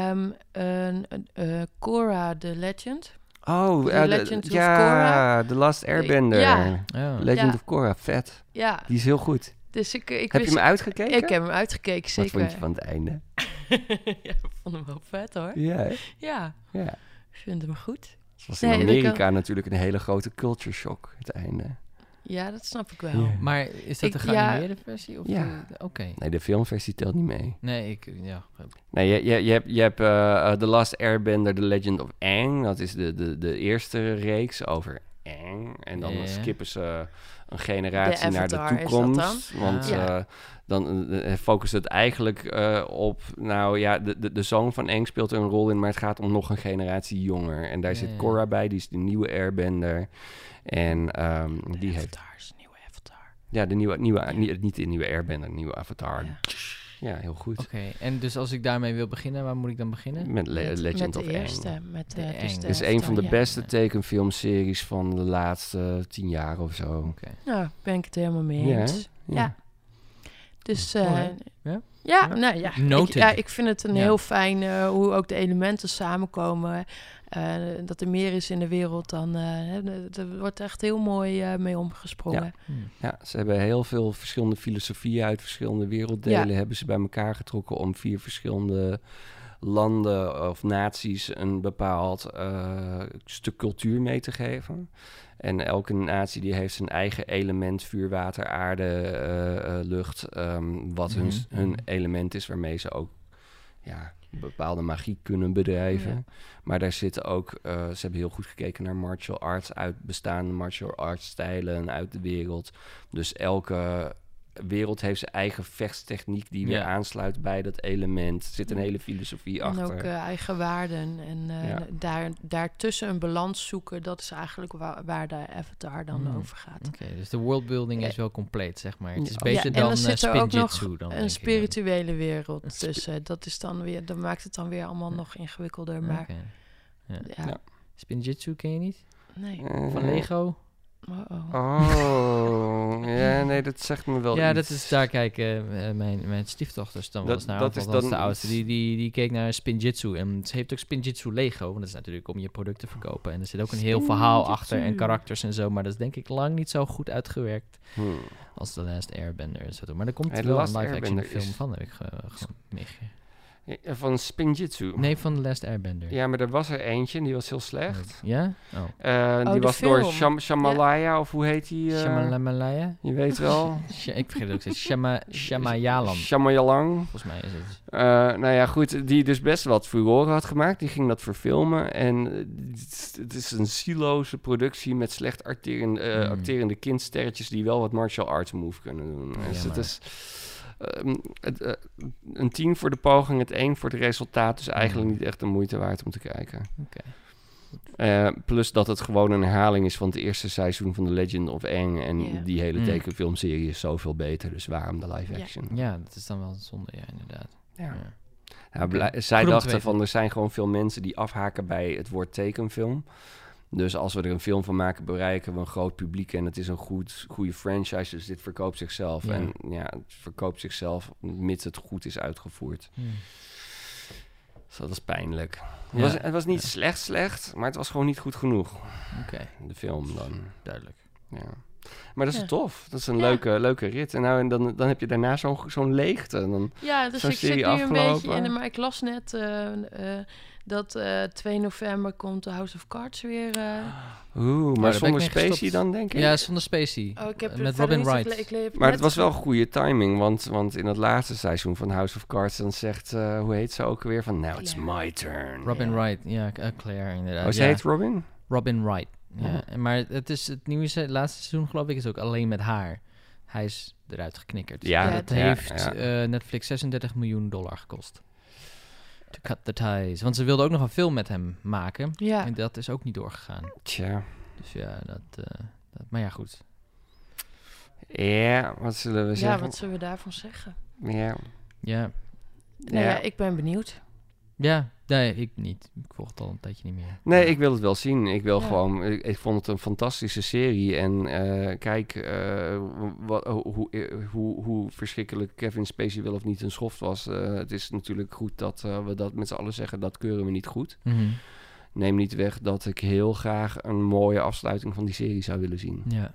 Korra the Legend. Oh, The Legend of Korra. The Last Airbender. Ja. Oh. Legend of Korra, vet. Ja, Die is heel goed. dus ik Heb je hem uitgekeken? Ik heb hem uitgekeken, zeker. Wat vond je van het einde? Ja, ik vond hem wel vet, hoor. Ja, hè? Ja, Ja. ik vind hem goed. Het was in Nee, dat Amerika kan- natuurlijk een hele grote culture shock, het einde. Ja, dat snap ik wel. Ja. Maar is dat de geanimeerde versie? Of Ja. Oké. Nee, de filmversie telt niet mee. Nee, Nee, je hebt The Last Airbender, The Legend of Aang. Dat is de eerste reeks over Aang. En dan Ja. skippen ze een generatie De naar de Avatar is dat toekomst. dan? Want Ja. dan focust het eigenlijk op... Nou ja, de zoon van Aang speelt er een rol in... maar het gaat om nog een generatie jonger. En daar Ja, zit ja. Korra bij, die is de nieuwe Airbender. En die heeft... Nieuwe Avatar. Ja, niet de nieuwe Airbender, de nieuwe Avatar. Ja, heel goed. Oké. En dus als ik daarmee wil beginnen, waar moet ik dan beginnen? Met Legend met of de eerste. Aang. Met De de Aang. eerste Het is een van de Avatar, beste tekenfilmseries van de laatste 10 jaar of zo. Oké. Nou, ben ik het helemaal mee Ja, eens. hè? Ja. Dus Mooi, hè? Ja? ja, Ja. nou ja. Noted. Ik vind het een Ja. heel fijn hoe ook de elementen samenkomen. Dat er meer is in de wereld dan... er wordt echt heel mooi mee omgesprongen. Ja, ze hebben heel veel verschillende filosofieën uit verschillende werelddelen... hebben ze bij elkaar getrokken om 4 verschillende landen of naties... een bepaald stuk cultuur mee te geven. En elke natie die heeft zijn eigen element, vuur, water, aarde, lucht... wat hun element is waarmee ze ook bepaalde magie kunnen bedrijven. Ja. Maar daar zitten ook... ze hebben heel goed gekeken naar martial arts... uit bestaande martial arts stijlen uit de wereld. Dus elke wereld heeft zijn eigen vechtstechniek... die weer aansluit bij dat element. Er zit een hele filosofie achter. En ook eigen waarden. En daartussen een balans zoeken... dat is eigenlijk waar de Avatar dan over gaat. Oké, dus de worldbuilding is wel compleet, zeg maar. Het is Ja, beter en dan er zit er ook nog Spinjitzu. Dan een spirituele wereld tussen. Dat is dan weer... Dat maakt het dan weer allemaal nog ingewikkelder. Maar ja. Spinjitzu ken je niet? Nee. Van Lego? Ja, nee, dat zegt me wel ja, iets. dat is, daar kijken mijn stiefdochters dan wel eens naar. Dat is dan de oudste. Die keek naar Spinjitzu. En ze heeft ook Spinjitzu Lego. Want dat is natuurlijk om je product te verkopen. En er zit ook een heel verhaal achter en karakters en zo. Maar dat is denk ik lang niet zo goed uitgewerkt als The Last Airbender. Maar er komt wel een live-action film van, heb ik gewoon meegegeven. Van Spinjitzu? Nee, van The Last Airbender. Ja, maar er was er eentje, die was heel slecht. Ja? Die was film. door Shamalaya, of hoe heet die? Shamalalaya? Je weet wel. Ik vergeet het ook steeds. Shamayalan. Shamayalan. Volgens mij is het. Nou ja, goed, die dus best wat furoren had gemaakt. Die ging dat verfilmen. En het is een zieloze productie met slecht acterende kindsterretjes... die wel wat martial arts move kunnen doen. Dus het is... een 10 voor de poging, het 1 voor het resultaat. Dus eigenlijk niet echt de moeite waard om te kijken. Plus dat het gewoon een herhaling is van het eerste seizoen van The Legend of Aang. En die hele tekenfilmserie is zoveel beter. Dus waarom de live action? Ja, dat is dan wel zonde, ja, inderdaad. Zij dachten van, er zijn gewoon veel mensen die afhaken bij het woord tekenfilm. Dus als we er een film van maken, bereiken we een groot publiek... en het is een goede franchise, dus dit verkoopt zichzelf. Ja. En ja, het verkoopt zichzelf, mits het goed is uitgevoerd. Dus dat was pijnlijk. Het was niet slecht, maar het was gewoon niet goed genoeg. De film dan. Duidelijk. Ja. Maar dat is tof. Dat is een leuke rit. En dan heb je daarna zo'n leegte. Dan dus ik zit nu een beetje in... Maar ik las net... dat 2 november komt The House of Cards weer... maar zonder Spacey dan, denk ik? Ja, zonder Spacey. Met Robin Wright. Maar het was wel goede timing, want in het laatste seizoen van House of Cards... dan zegt, hoe heet ze ook weer? Van, now it's my turn. Robin Wright, Claire inderdaad. Ze heet Robin? Robin Wright, maar het nieuwe laatste seizoen, geloof ik, is ook alleen met haar. Hij is eruit geknikkerd. Dat heeft Netflix $36 miljoen gekost. To cut the ties. Want ze wilden ook nog een film met hem maken. Ja. En dat is ook niet doorgegaan. Tja. Dus ja, maar ja, goed. Ja, wat zullen we zeggen? Ja, wat zullen we daarvan zeggen? Ja. Ik ben benieuwd. Ja, nee, ik niet. Ik volg het al een tijdje niet meer. Nee, ik wil het wel zien. Ik wil gewoon... Ik vond het een fantastische serie. En kijk hoe verschrikkelijk Kevin Spacey wel of niet een schoft was. Het is natuurlijk goed dat we dat met z'n allen zeggen. Dat keuren we niet goed. Neem niet weg dat ik heel graag een mooie afsluiting van die serie zou willen zien. Ja.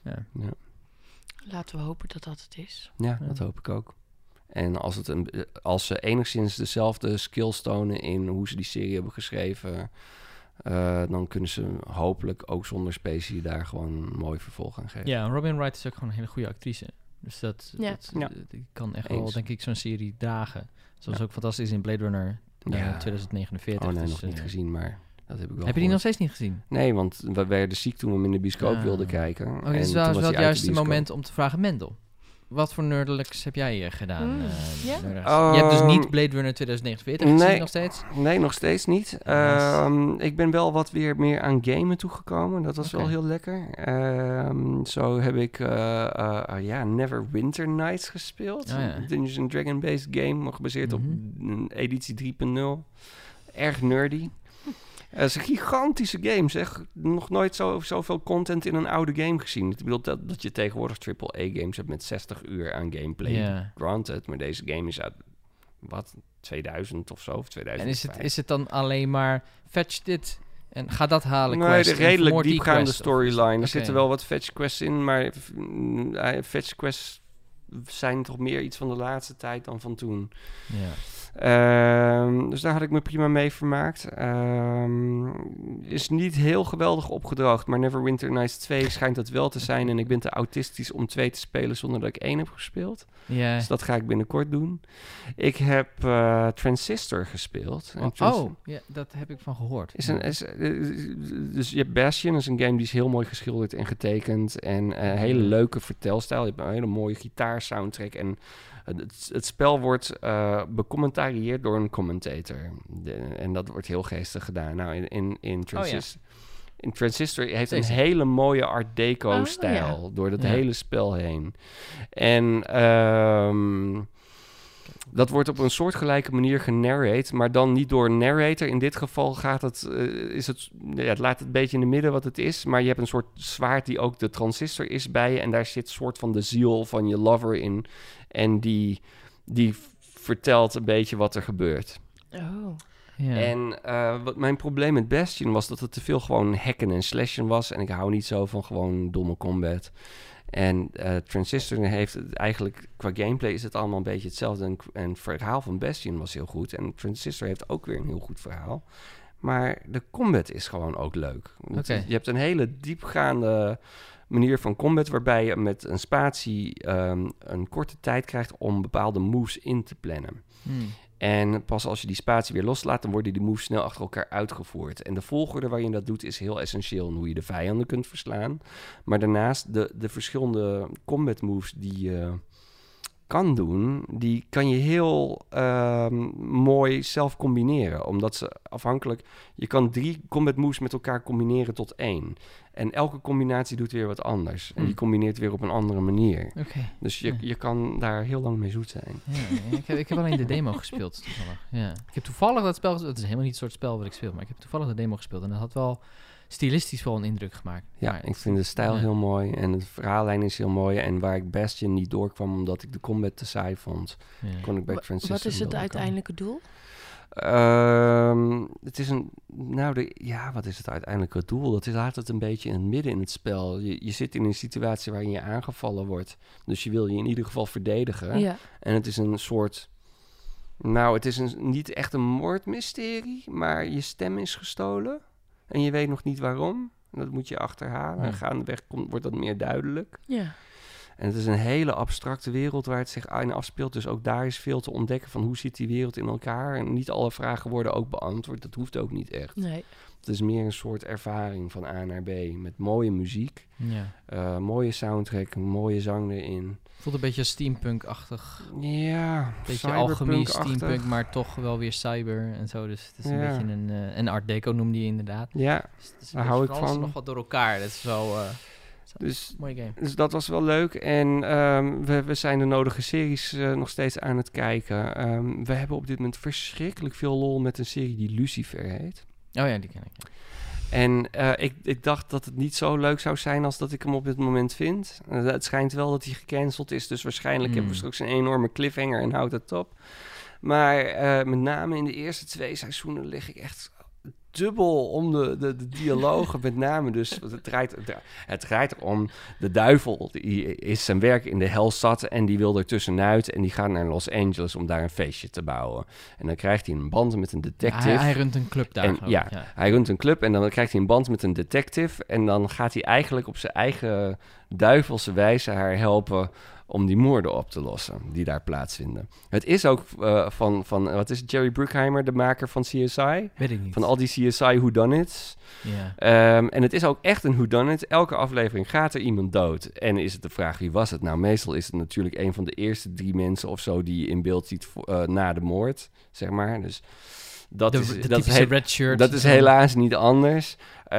Laten we hopen dat dat het is. Ja, dat hoop ik ook. En als ze enigszins dezelfde skills tonen in hoe ze die serie hebben geschreven... dan kunnen ze hopelijk ook zonder Spacey daar gewoon een mooi vervolg aan geven. Ja, Robin Wright is ook gewoon een hele goede actrice. Dus die kan echt wel, denk ik, zo'n serie dragen. Zoals ook fantastisch in Blade Runner 2049. Oh nee, nog niet gezien, maar... Dat heb ik wel je die nog steeds niet gezien? Nee, want we werden ziek toen we hem in de bioscoop wilden kijken. Dit is wel het juiste moment om te vragen, Mendel. Wat voor nerdelijks heb jij gedaan? Je hebt dus niet Blade Runner 2049 gezien nog steeds? Nee, nog steeds niet. Ik ben wel wat weer meer aan gamen toegekomen. Dat was wel heel lekker. Zo heb ik Neverwinter Nights gespeeld. Dungeons & Dragon-based game, gebaseerd op editie 3.0. Erg nerdy. Het is een gigantische game, zeg. Nog nooit zoveel content in een oude game gezien. Ik bedoel dat je tegenwoordig AAA-games hebt met 60 uur aan gameplay. Granted, maar deze game is uit, 2000 of zo, of 2005. En is het dan alleen maar fetch dit en ga dat halen? Nee, de redelijk diepgaande storyline. Er zitten wel wat fetch quests in, maar fetch quests zijn toch meer iets van de laatste tijd dan van toen. Ja. Dus daar had ik me prima mee vermaakt. Is niet heel geweldig opgedroogd, maar Neverwinter Nights 2 schijnt dat wel te zijn. En ik ben te autistisch om 2 te spelen zonder dat ik 1 heb gespeeld. Ja. Dus dat ga ik binnenkort doen. Ik heb Transistor gespeeld. En Ja, dat heb ik van gehoord. Dus je hebt Bastion, dat is een game die is heel mooi geschilderd en getekend. En een hele leuke vertelstijl. Je hebt een hele mooie gitaarsoundtrack. En het spel wordt becommentarieerd door een commentator. En dat wordt heel geestig gedaan. Nou, in Transistor... In Transistor heeft een hele mooie Art Deco-stijl door het hele spel heen. En dat wordt op een soortgelijke manier genarrate, maar dan niet door een narrator. In dit geval gaat het laat het een beetje in de midden wat het is, maar je hebt een soort zwaard die ook de transistor is bij je. En daar zit soort van de ziel van je lover in. En die vertelt een beetje wat er gebeurt. Oh. Ja. En wat mijn probleem met Bastion was dat het te veel gewoon hacken en slashen was. En ik hou niet zo van gewoon domme combat. En Transistor heeft het eigenlijk, qua gameplay is het allemaal een beetje hetzelfde. En het verhaal van Bastion was heel goed. En Transistor heeft ook weer een heel goed verhaal. Maar de combat is gewoon ook leuk. Okay. Je hebt een hele diepgaande manier van combat waarbij je met een spatie een korte tijd krijgt om bepaalde moves in te plannen. En pas als je die spatie weer loslaat, dan worden die moves snel achter elkaar uitgevoerd. En de volgorde waarin je dat doet is heel essentieel in hoe je de vijanden kunt verslaan. Maar daarnaast, de verschillende combat moves die je kan doen, die kan je heel mooi zelf combineren. Omdat ze afhankelijk... Je kan 3 combat moves met elkaar combineren tot 1. En elke combinatie doet weer wat anders. En die combineert weer op een andere manier. Okay. Dus je kan daar heel lang mee zoet zijn. Ja, ik heb alleen de demo gespeeld toevallig. Ja. Ik heb toevallig dat spel... Het is helemaal niet het soort spel wat ik speel, maar ik heb toevallig de demo gespeeld. En dat had wel stilistisch wel een indruk gemaakt. Ja, maar ik vind de stijl heel mooi. En de verhaallijn is heel mooi. En waar ik Bastion niet doorkwam omdat ik de combat te saai vond, kon ik bij Transistor. Wat is het uiteindelijke doel? Het is wat is het uiteindelijke doel? Dat laat het een beetje in het midden in het spel. Je zit in een situatie waarin je aangevallen wordt. Dus je wil je in ieder geval verdedigen. Ja. En het is een soort... Nou, het is niet echt een moordmysterie, maar je stem is gestolen. En je weet nog niet waarom. En dat moet je achterhalen. En gaandeweg wordt dat meer duidelijk. Ja. En het is een hele abstracte wereld waar het zich in afspeelt. Dus ook daar is veel te ontdekken van hoe zit die wereld in elkaar. En niet alle vragen worden ook beantwoord. Dat hoeft ook niet echt. Nee. Het is meer een soort ervaring van A naar B. Met mooie muziek. Ja. Mooie soundtrack. Mooie zang erin. Voelt een beetje steampunk-achtig. Ja. Een beetje alchemie, steampunk, maar toch wel weer cyber en zo. Dus het is een beetje een art deco noemde je inderdaad. Ja, dus daar hou ik van. Nog wat door elkaar. Dat is wel... Dus, mooie game. Dus dat was wel leuk. En we zijn de nodige series nog steeds aan het kijken. We hebben op dit moment verschrikkelijk veel lol met een serie die Lucifer heet. Oh ja, die ken ik. En ik dacht dat het niet zo leuk zou zijn als dat ik hem op dit moment vind. Het schijnt wel dat hij gecanceld is. Dus waarschijnlijk hebben we straks een enorme cliffhanger en houdt het op. Maar met name in de eerste 2 seizoenen lig ik echt dubbel om de dialogen, met name dus. Het draait erom, de duivel die is zijn werk in de hel zat en die wil er tussenuit en die gaat naar Los Angeles om daar een feestje te bouwen. En dan krijgt hij een band met een detective. Ja, hij runt een club daar. Hij runt een club en dan krijgt hij een band met een detective en dan gaat hij eigenlijk op zijn eigen duivelse wijze haar helpen om die moorden op te lossen die daar plaatsvinden. Het is ook van wat is het, Jerry Bruckheimer, de maker van CSI? Weet ik niet. Van al die CSI whodunits. Ja. En het is ook echt een whodunit. Elke aflevering gaat er iemand dood. En is het de vraag, wie was het? Nou, meestal is het natuurlijk een van de eerste 3 mensen of zo die je in beeld ziet na de moord, zeg maar. Dus dat is helaas niet anders.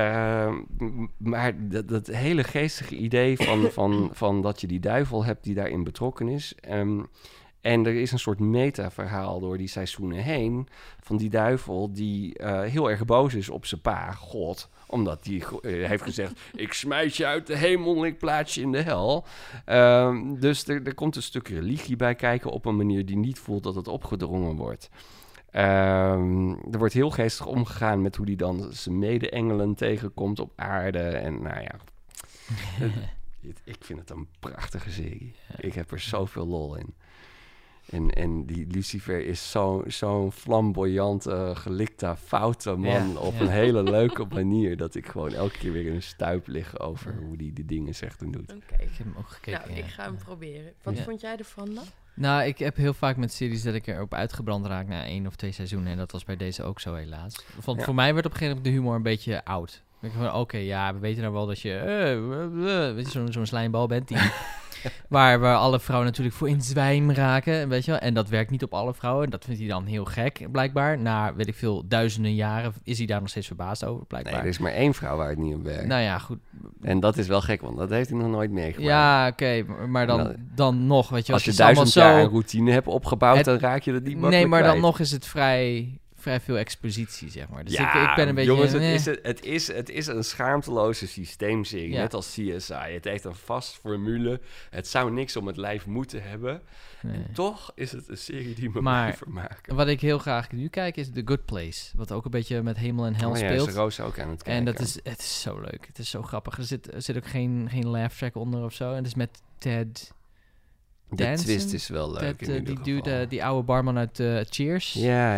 Maar dat hele geestige idee van dat je die duivel hebt die daarin betrokken is. En er is een soort meta-verhaal door die seizoenen heen van die duivel die heel erg boos is op zijn pa, God. Omdat hij heeft gezegd, ik smijt je uit de hemel en ik plaats je in de hel. Dus er komt een stuk religie bij kijken op een manier die niet voelt dat het opgedrongen wordt. Er wordt heel geestig omgegaan met hoe hij dan zijn mede-engelen tegenkomt op aarde. En nou ja, Ik vind het een prachtige serie. Ja. Ik heb er zoveel lol in. En die Lucifer is zo'n flamboyante, gelikte, foute man op een hele leuke manier. Dat ik gewoon elke keer weer in een stuip lig over hoe die de dingen zegt en doet. Oké. Ik heb hem ook gekeken. Nou, ik ga hem proberen. Wat vond jij ervan dan? Nou, ik heb heel vaak met series dat ik erop uitgebrand raak na 1 of 2 seizoenen. En dat was bij deze ook zo helaas. Voor mij werd op een gegeven moment de humor een beetje oud. Ik van, oké, we weten nou wel dat je weet je, zo'n slijmbal bent. Die, waar alle vrouwen natuurlijk voor in zwijm raken, weet je wel. En dat werkt niet op alle vrouwen. Dat vindt hij dan heel gek, blijkbaar. Na, weet ik veel, duizenden jaren is hij daar nog steeds verbaasd over, blijkbaar. Nee, er is maar 1 vrouw waar het niet op werkt. Nou ja, goed. En dat is wel gek, want dat heeft hij nog nooit meegemaakt. Ja, oké, maar dan nog, weet je. Als je het allemaal 1000 jaar een routine hebt opgebouwd, dan raak je dat niet makkelijk Nee, maar kwijt. dan nog is het vrij veel expositie, zeg maar. Dus ja, ik ben een beetje... Jongens, het is een schaamteloze systeemserie. Ja. Net als CSI. Het heeft een vast formule. Het zou niks om het lijf moeten hebben. Nee. En toch is het een serie die me Maar blijft vermaken. Wat ik heel graag nu kijk is The Good Place. Wat ook een beetje met hemel en hel Ja, speelt. is Roos ook aan het kijken. En het is zo leuk. Het is zo grappig. Er zit ook geen laugh track onder of zo. En het is met Ted de Danson. twist is wel leuk in ieder die geval. dude, die oude barman uit Cheers. Ja.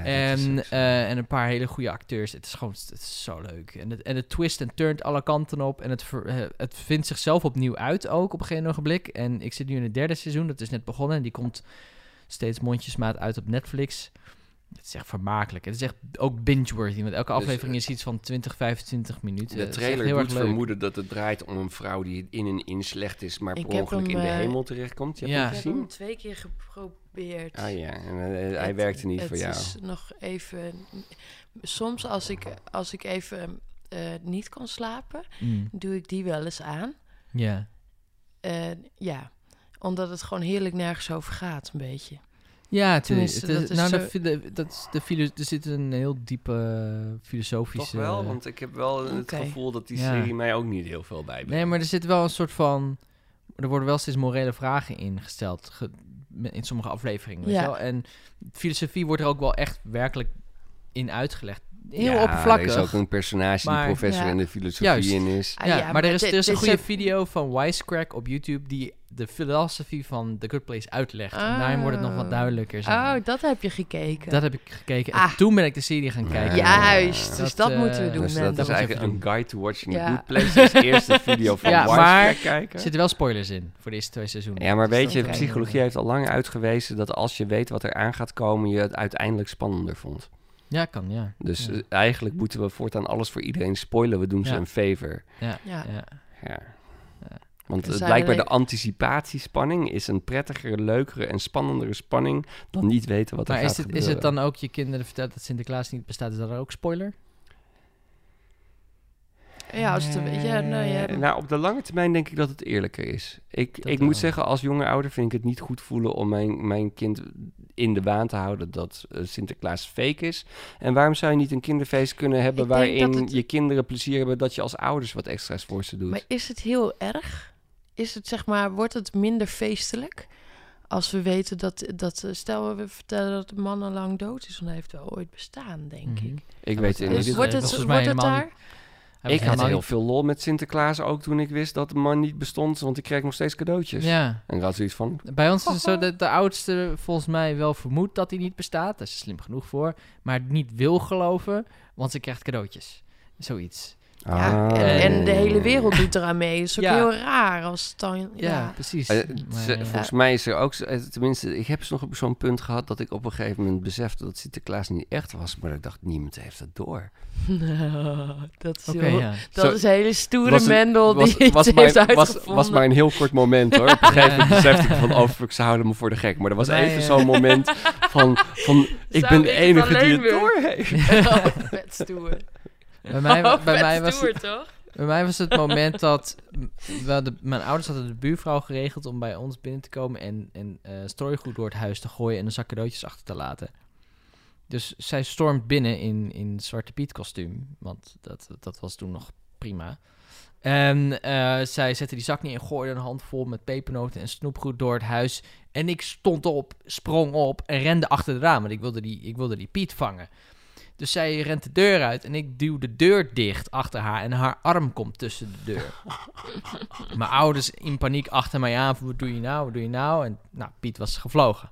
En een paar hele goede acteurs. Het is zo leuk. En het twist en turnt alle kanten op. En het vindt zichzelf opnieuw uit ook op een gegeven ogenblik. En ik zit nu in het 3e seizoen. Dat is net begonnen. En die komt steeds mondjesmaat uit op Netflix. Het is echt vermakelijk. Het is echt ook binge-worthy. Want elke aflevering is iets van 20, 25 minuten. De trailer doet vermoeden dat het draait om een vrouw die in en in slecht is, maar per ongeluk in de hemel terechtkomt. Je hebt hem gezien? Ik heb hem 2 keer geprobeerd. Ah ja, en hij werkte niet voor jou. Het is nog even... Soms als ik even niet kan slapen, doe ik die wel eens aan. Ja. Omdat het gewoon heerlijk nergens over gaat, een beetje. Ja, er zit een heel diepe filosofische... Toch wel, want ik heb wel het gevoel dat die serie mij ook niet heel veel bijbrengt. Nee, maar er zit wel een soort van... Er worden wel steeds morele vragen ingesteld in sommige afleveringen, weet je wel? En filosofie wordt er ook wel echt werkelijk in uitgelegd. Heel oppervlakkig. Er is ook een personage die professor in de filosofie in is. Maar er is een goede video van Wisecrack op YouTube die de filosofie van The Good Place uitlegt. En daarin wordt het nog wat duidelijker. Oh, dat heb je gekeken. Dat heb ik gekeken. En toen ben ik de serie gaan kijken. Juist, dus dat moeten we doen. Dus dat is eigenlijk een guide to watching The Good Place. Dus eerst de video van Wisecrack kijken. Er zitten wel spoilers in voor de eerste 2 seizoenen. Ja, maar weet je, psychologie heeft al lang uitgewezen dat als je weet wat er aan gaat komen, je het uiteindelijk spannender vond. Ja, kan, ja. Dus eigenlijk moeten we voortaan alles voor iedereen spoilen. We doen ze een favor. Ja. Want blijkbaar de anticipatiespanning is een prettigere, leukere en spannendere spanning dan niet weten wat er gaat gebeuren. Maar is het dan ook je kinderen verteld dat Sinterklaas niet bestaat? Is dat ook spoiler? Ja, als het, nou, op de lange termijn denk ik dat het eerlijker is. Ik moet zeggen, als jonge ouder vind ik het niet goed voelen om mijn kind in de waan te houden dat Sinterklaas fake is. En waarom zou je niet een kinderfeest kunnen hebben waarin je kinderen plezier hebben dat je als ouders wat extra's voor ze doet? Maar is het heel erg? Is het, zeg maar, wordt het minder feestelijk als we weten dat stel we vertellen dat de man al lang dood is, dan heeft wel ooit bestaan, denk ik. Ik weet het niet. Wordt het daar? Ik had heel veel lol met Sinterklaas ook toen ik wist dat de man niet bestond, want ik kreeg nog steeds cadeautjes. Ja. En ik had zoiets van... Bij ons is het zo dat de oudste volgens mij wel vermoedt dat hij niet bestaat. Daar is slim genoeg voor. Maar niet wil geloven, want ze krijgt cadeautjes. Zoiets. Ja, en de hele wereld doet eraan mee. Dat is ook heel raar als het dan... Ja, precies. Volgens mij is er ook... Tenminste, ik heb nog op zo'n punt gehad dat ik op een gegeven moment besefte dat Sinterklaas niet echt was. Maar ik dacht, niemand heeft dat door. Dat is een hele stoere Mendel die iets heeft uitgevonden. Was maar een heel kort moment, hoor. Op een gegeven moment besefte ik van, ze houden me voor de gek. Maar er was even zo'n moment van ik ben de enige die het door heeft. Vet stoer. Bij mij was het moment dat mijn ouders hadden de buurvrouw geregeld om bij ons binnen te komen en strooigoed door het huis te gooien en een zak cadeautjes achter te laten. Dus zij stormt binnen in Zwarte Piet kostuum, want dat was toen nog prima. En zij zette die zak neer en gooide een handvol met pepernoten en snoepgoed door het huis. En ik stond op, sprong op en rende achter de raam, want ik wilde die Piet vangen. Dus zij rent de deur uit en ik duw de deur dicht achter haar en haar arm komt tussen de deur. Mijn ouders in paniek achter mij aan, wat doe je nou, wat doe je nou? En nou, Piet was gevlogen.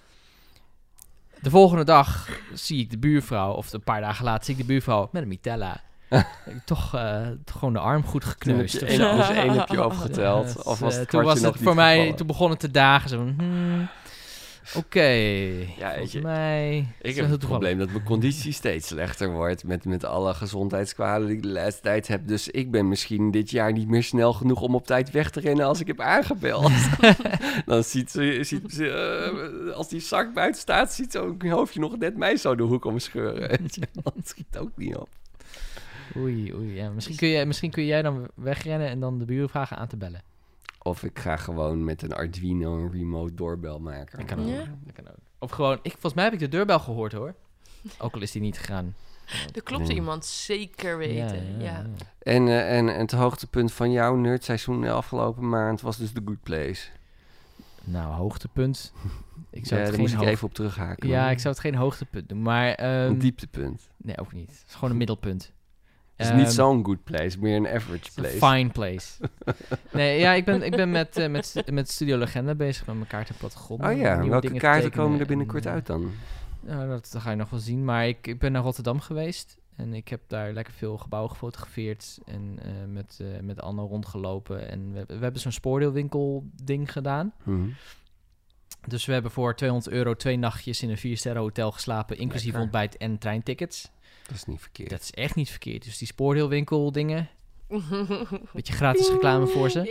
De volgende dag zie ik de buurvrouw, of een paar dagen later zie ik de buurvrouw met een mitella. Toch gewoon de arm goed gekneusd. Dus één heb je opgeteld. Of was het toen was het voor mij, toen begon het te dagen. Zo, Oké. Ja, volgens mij... Ik heb het probleem dat mijn conditie steeds slechter wordt met alle gezondheidskwalen die ik de laatste tijd heb. Dus ik ben misschien dit jaar niet meer snel genoeg om op tijd weg te rennen als ik heb aangebeld. Dan ziet ze als die zak buiten staat, ziet zo'n hoofdje nog net mij zo de hoek omscheuren. Dat schiet ook niet op. Oei. Ja. Misschien kun jij dan wegrennen en dan de buren vragen aan te bellen. Of ik ga gewoon met een Arduino een remote doorbel maken. Dat kan ook. Of gewoon, volgens mij heb ik de deurbel gehoord hoor. Ook al is die niet gegaan. Er klopt iemand zeker weten. Ja. En het hoogtepunt van jouw nerdseizoen de afgelopen maand was dus The Good Place. Nou, hoogtepunt. Daar moest ik even op terughaken. Ja, ik zou het geen hoogtepunt doen, maar... een dieptepunt. Nee, ook niet. Het is gewoon een middelpunt. Het is niet zo'n good place, meer een average place. Een fine place. Nee, ja, ik ben met Studio Legenda bezig met mijn kaarten plattegrond. Oh ja, welke kaarten komen er binnenkort uit dan? Nou, dat ga je nog wel zien. Maar ik ben naar Rotterdam geweest. En ik heb daar lekker veel gebouwen gefotografeerd. En met Anne rondgelopen. En we hebben zo'n spoordeelwinkel ding gedaan. Mm-hmm. Dus we hebben voor €200 2 nachtjes in een 4-sterren hotel geslapen. Inclusief lekker ontbijt en treintickets. Dat is niet verkeerd. Dat is echt niet verkeerd. Dus die spoordeelwinkel dingen. Beetje gratis reclame voor ze.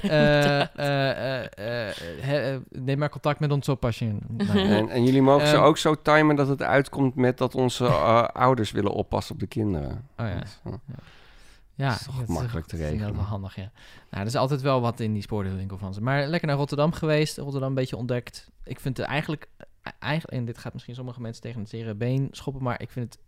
Neem maar contact met ons op als je... En jullie mogen ze ook zo timen dat het uitkomt met dat onze ouders willen oppassen op de kinderen. Oh ja. Ja, dat is toch makkelijk te regelen. Dat is wel handig, ja. Nou, er is altijd wel wat in die spoordeelwinkel van ze. Maar lekker naar Rotterdam geweest. Rotterdam een beetje ontdekt. Ik vind het eigenlijk... En dit gaat misschien sommige mensen tegen het zere been schoppen, maar ik vind het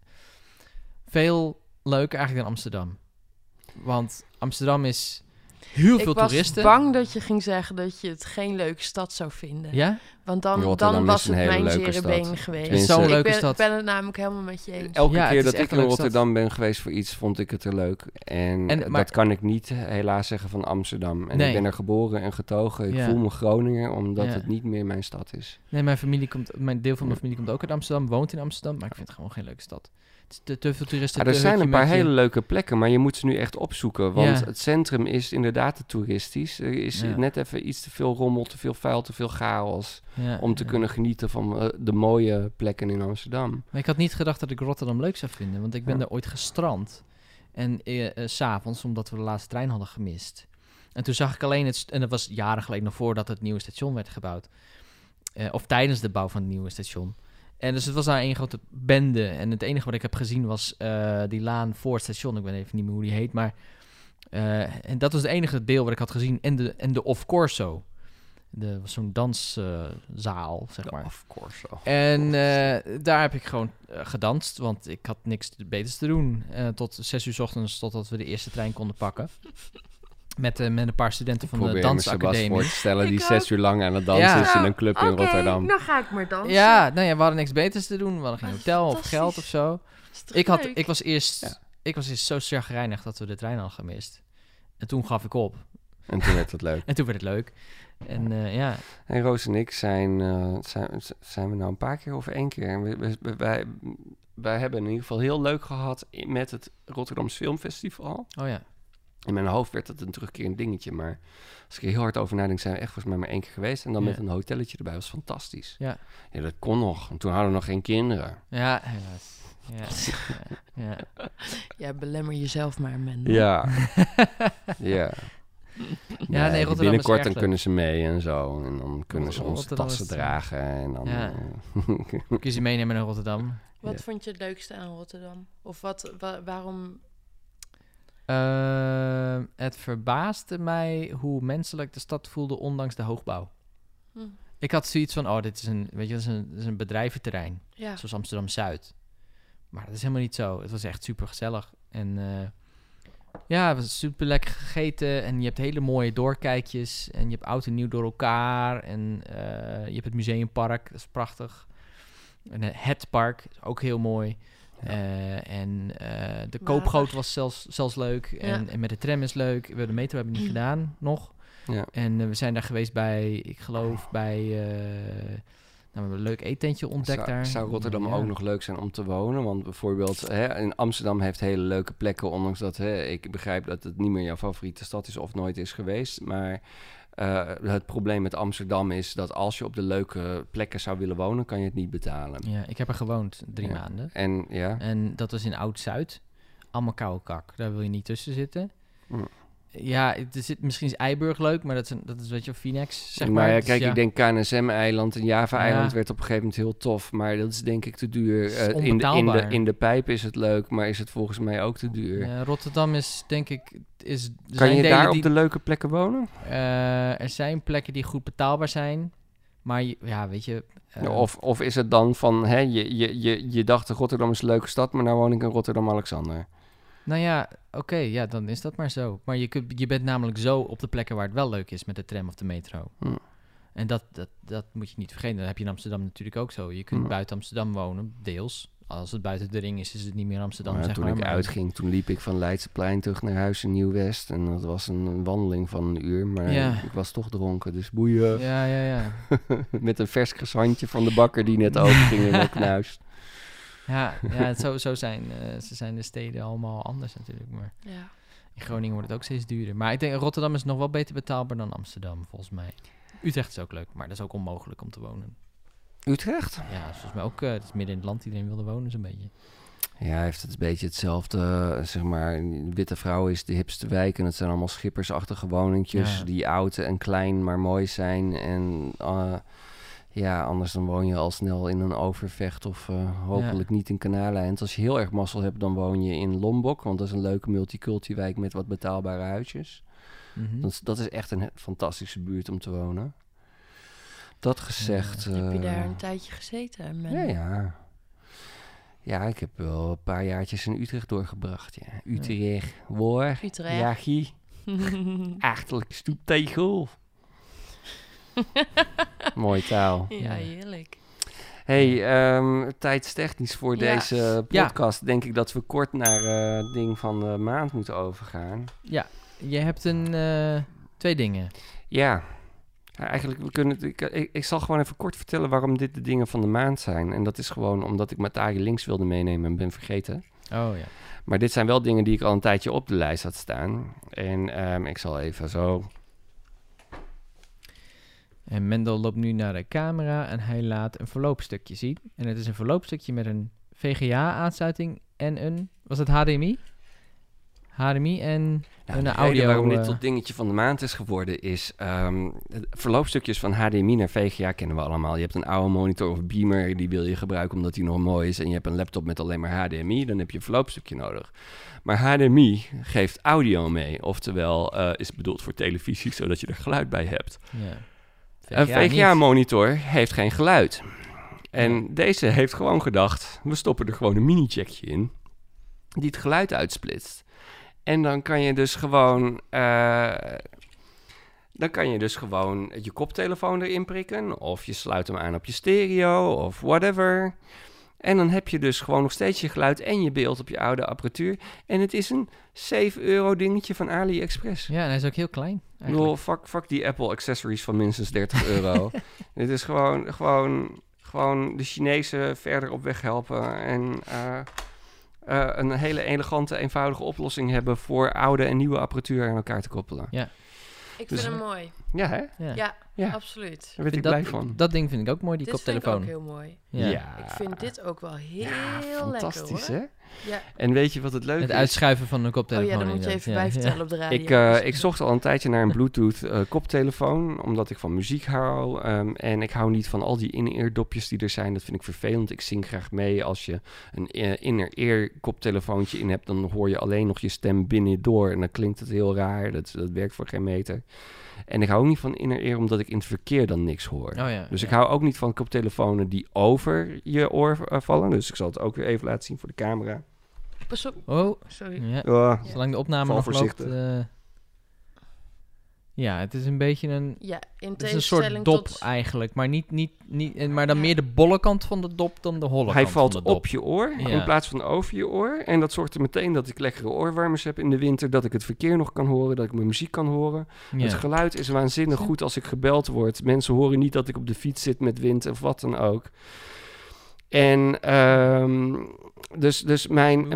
veel leuker eigenlijk dan Amsterdam. Want Amsterdam is heel veel toeristen. Ik was bang dat je ging zeggen dat je het geen leuke stad zou vinden. Ja? Want dan was het mijn zere been geweest. Het is zo'n leuke stad. Ik ben het namelijk helemaal met je eens. Elke keer dat ik in Rotterdam ben geweest voor iets, vond ik het er leuk. En dat kan ik niet helaas zeggen van Amsterdam. En ik ben er geboren en getogen. Ik voel me Groninger, omdat het niet meer mijn stad is. Nee, mijn deel van mijn familie komt ook uit Amsterdam, woont in Amsterdam. Maar ik vind het gewoon geen leuke stad. Te veel toeristen. Er zijn een paar hele leuke plekken, maar je moet ze nu echt opzoeken. Want het centrum is inderdaad te toeristisch. Er is net even iets te veel rommel, te veel vuil, te veel chaos. Om te kunnen genieten van de mooie plekken in Amsterdam. Maar ik had niet gedacht dat ik Rotterdam leuk zou vinden. Want ik ben er ooit gestrand. En 's avonds, omdat we de laatste trein hadden gemist. En toen zag ik alleen en dat was jaren geleden nog voordat het nieuwe station werd gebouwd. Of tijdens de bouw van het nieuwe station. En dus het was daar één grote bende. En het enige wat ik heb gezien was die laan voor het station. Ik weet even niet meer hoe die heet. Maar en dat was het enige deel wat ik had gezien. En de Of Corso. Dat was zo'n danszaal, zeg maar. Of Corso. En daar heb ik gewoon gedanst. Want ik had niks beters te doen. Tot 6 uur 's ochtends, totdat we de eerste trein konden pakken. Met een paar studenten van de dansacademie. Voor te stellen die 6 uur lang aan het dansen is in een club in Rotterdam. Dan ga ik maar dansen. Ja, nou ja, we hadden niks beters te doen. We hadden geen hotel of geld of zo. Ik was eerst zo chagrijnig dat we de trein hadden gemist. En toen gaf ik op. En toen werd het leuk. En En Roos en ik zijn we nou een paar keer of 1 keer. Wij hebben in ieder geval heel leuk gehad met het Rotterdams Filmfestival. Oh ja. In mijn hoofd werd dat een terugkerend dingetje. Maar als ik er heel hard over nadenk, zijn we echt volgens mij maar 1 keer geweest. En dan met een hotelletje erbij. Was fantastisch. Ja, dat kon nog. En toen hadden we nog geen kinderen. Ja, helaas. Ja. Ja, belemmer jezelf maar, man. Ja. Ja. Ja, nee, Rotterdam binnenkort dan kunnen ze mee en zo. En dan kunnen ze onze tassen dragen. En dan kun je ze meenemen naar Rotterdam. Wat vond je het leukste aan Rotterdam? Of waarom... Het verbaasde mij hoe menselijk de stad voelde ondanks de hoogbouw. Ik had zoiets van, dit is een bedrijventerrein. Ja. Zoals Amsterdam-Zuid. Maar dat is helemaal niet zo. Het was echt super gezellig. En het was super lekker gegeten. En je hebt hele mooie doorkijkjes. En je hebt oud en nieuw door elkaar. En je hebt het museumpark, dat is prachtig. En het park, is ook heel mooi. De koopgoot was zelfs leuk. En met de tram is leuk. De metro hebben we niet gedaan nog. Ja. En we zijn daar geweest bij, ik geloof, we hebben een leuk eetentje ontdekt daar. Zou Rotterdam ook nog leuk zijn om te wonen? Want bijvoorbeeld in Amsterdam heeft hele leuke plekken, ondanks dat ik begrijp dat het niet meer jouw favoriete stad is of nooit is geweest. Maar het probleem met Amsterdam is dat als je op de leuke plekken zou willen wonen, kan je het niet betalen. Ja, ik heb er gewoond 3 maanden. En dat was in Oud-Zuid. Allemaal koude kak. Daar wil je niet tussen zitten. Ja, misschien is Eiburg leuk, maar dat is weet je, Phoenix, zeg maar. Maar kijk, ik denk KNSM-eiland en Java-eiland werd op een gegeven moment heel tof. Maar dat is denk ik te duur. In de pijp is het leuk, maar is het volgens mij ook te duur. Ja, Rotterdam is, denk ik... Kan je daar op de leuke plekken wonen? Er zijn plekken die goed betaalbaar zijn. Maar weet je... Of is het dan van... je dacht Rotterdam is een leuke stad, maar nou woon ik in Rotterdam-Alexander. Nou ja, oké, dan is dat maar zo. Maar je bent namelijk zo op de plekken waar het wel leuk is met de tram of de metro. En dat moet je niet vergeten. Dat heb je in Amsterdam natuurlijk ook zo. Je kunt buiten Amsterdam wonen, deels. Als het buiten de ring is het niet meer Amsterdam, zeg maar. Toen ik uitging, toen liep ik van Leidseplein terug naar huis in Nieuw-West. En dat was een wandeling van 1 uur. Maar ik was toch dronken, dus boeien. Ja. Met een vers croissantje van de bakker die net open ging in mijn knuis. Ja, zo zijn de steden allemaal anders natuurlijk. Maar in Groningen wordt het ook steeds duurder. Maar ik denk Rotterdam is nog wel beter betaalbaar dan Amsterdam, volgens mij. Utrecht is ook leuk, maar dat is ook onmogelijk om te wonen. Utrecht? Ja, volgens mij ook. Het is midden in het land, iedereen wilde wonen zo'n beetje. Ja, heeft het een beetje hetzelfde, zeg maar. Witte Vrouw is de hipste wijk en het zijn allemaal schippersachtige woningjes die oud en klein, maar mooi zijn. En anders dan woon je al snel in een Overvecht of hopelijk niet in Kanaaleind. Als je heel erg mazzel hebt, dan woon je in Lombok, want dat is een leuke multiculti-wijk met wat betaalbare huisjes. Dat is echt een fantastische buurt om te wonen. Dat gezegd... heb je daar een tijdje gezeten? Ja. Ja, ik heb wel een paar jaartjes in Utrecht doorgebracht. Ja. Utrecht, woor, jagie, achterlijke stoeptegel. Mooie taal. Ja, heerlijk. Hey, tijdstechnisch voor deze podcast denk ik dat we kort naar het ding van de maand moeten overgaan. Ja, je hebt 2 dingen. Ja. Eigenlijk, ik zal gewoon even kort vertellen waarom dit de dingen van de maand zijn. En dat is gewoon omdat ik Matari links wilde meenemen en ben vergeten. Oh ja. Maar dit zijn wel dingen die ik al een tijdje op de lijst had staan. En ik zal even zo... En Mendel loopt nu naar de camera en hij laat een verloopstukje zien. En het is een verloopstukje met een VGA-aansluiting en een... Was het HDMI? HDMI en een audio... waarom dit tot dingetje van de maand is geworden is... verloopstukjes van HDMI naar VGA kennen we allemaal. Je hebt een oude monitor of beamer, die wil je gebruiken omdat die nog mooi is. En je hebt een laptop met alleen maar HDMI, dan heb je een verloopstukje nodig. Maar HDMI geeft audio mee. Oftewel, is bedoeld voor televisie, zodat je er geluid bij hebt. Ja. Een VGA-monitor heeft geen geluid. En deze heeft gewoon gedacht... we stoppen er gewoon een mini-jackje in... die het geluid uitsplitst. En dan kan je dus gewoon... je koptelefoon erin prikken... of je sluit hem aan op je stereo of whatever... En dan heb je dus gewoon nog steeds je geluid en je beeld op je oude apparatuur. En het is een €7 dingetje van AliExpress. Ja, en hij is ook heel klein. Ik bedoel, fuck die Apple accessories van minstens €30. Dit is gewoon de Chinezen verder op weg helpen. En een hele elegante, eenvoudige oplossing hebben voor oude en nieuwe apparatuur aan elkaar te koppelen. Ja. Ik vind hem mooi. Ja, hè? Ja, absoluut. Daar werd ik blij van. Dat ding vind ik ook mooi, die koptelefoon. Dit vind ik ook heel mooi. Ja. Ik vind dit ook wel heel fantastisch, lekker, hè? Ja. En weet je wat het leuke is? Het uitschuiven van een koptelefoon. Oh ja, daar moet je even bij vertellen op de radio. Ik zocht al een tijdje naar een Bluetooth koptelefoon, omdat ik van muziek hou. En ik hou niet van al die in-ear dopjes die er zijn. Dat vind ik vervelend. Ik zing graag mee. Als je een in-ear koptelefoontje in hebt, dan hoor je alleen nog je stem binnendoor. En dan klinkt het heel raar. Dat werkt voor geen meter. En ik hou ook niet van in-ear omdat ik in het verkeer dan niks hoor. Dus ik hou ook niet van koptelefonen die over je oor vallen. Dus ik zal het ook weer even laten zien voor de camera. Pas op. Oh, sorry. Ja. Zolang de opname nog loopt. Ja, het is een beetje een... Ja, in Het is een tegenstelling soort dop tot... eigenlijk, maar maar dan meer de bolle kant van de dop dan de holle Hij kant van valt de dop. op je oor Ja. in plaats van over je oor. En dat zorgt er meteen dat ik lekkere oorwarmers heb in de winter. Dat ik het verkeer nog kan horen, dat ik mijn muziek kan horen. Ja. Het geluid is waanzinnig goed als ik gebeld word. Mensen horen niet dat ik op de fiets zit met wind of wat dan ook. En dus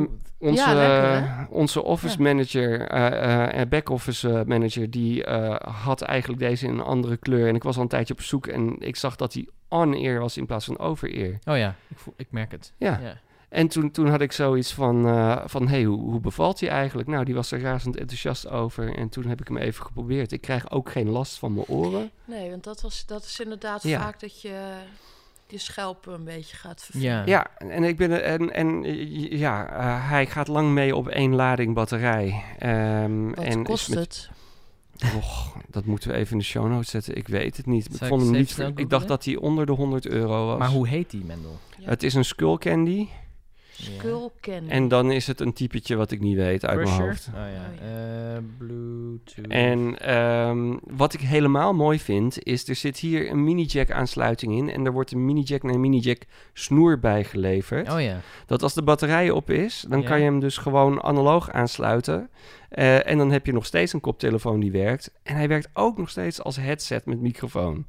onze office manager en back-office manager... die had eigenlijk deze in een andere kleur. En ik was al een tijdje op zoek en ik zag dat hij on-ear was in plaats van over-ear. Oh ja, ik merk het. Ja. En toen had ik zoiets van hey, hoe bevalt hij eigenlijk? Nou, die was er razend enthousiast over. En toen heb ik hem even geprobeerd. Ik krijg ook geen last van mijn oren. Nee, want dat is inderdaad Ja. vaak dat je schelpen een beetje gaat vervellen. Ja, en ik ben hij gaat lang mee op 1 lading batterij. Wat kost het? Och, dat moeten we even in de show notes zetten. Ik weet het niet. Zal Ik ik vond hem eens niet. even snel Ik dacht googlen? dat hij onder de €100 was. Maar hoe heet die, Mendel? Ja. Het is een Skull Candy. Skull Candy. En dan is het een typetje wat ik niet weet uit mijn Crusher? hoofd. Oh ja. Bluetooth. En wat ik helemaal mooi vind, is er zit hier een mini-jack aansluiting in. En er wordt een mini-jack naar mini-jack snoer bij geleverd. Oh ja. Dat als de batterij op is, dan Ja. kan je hem dus gewoon analoog aansluiten. En dan heb je nog steeds een koptelefoon die werkt. En hij werkt ook nog steeds als headset met microfoon.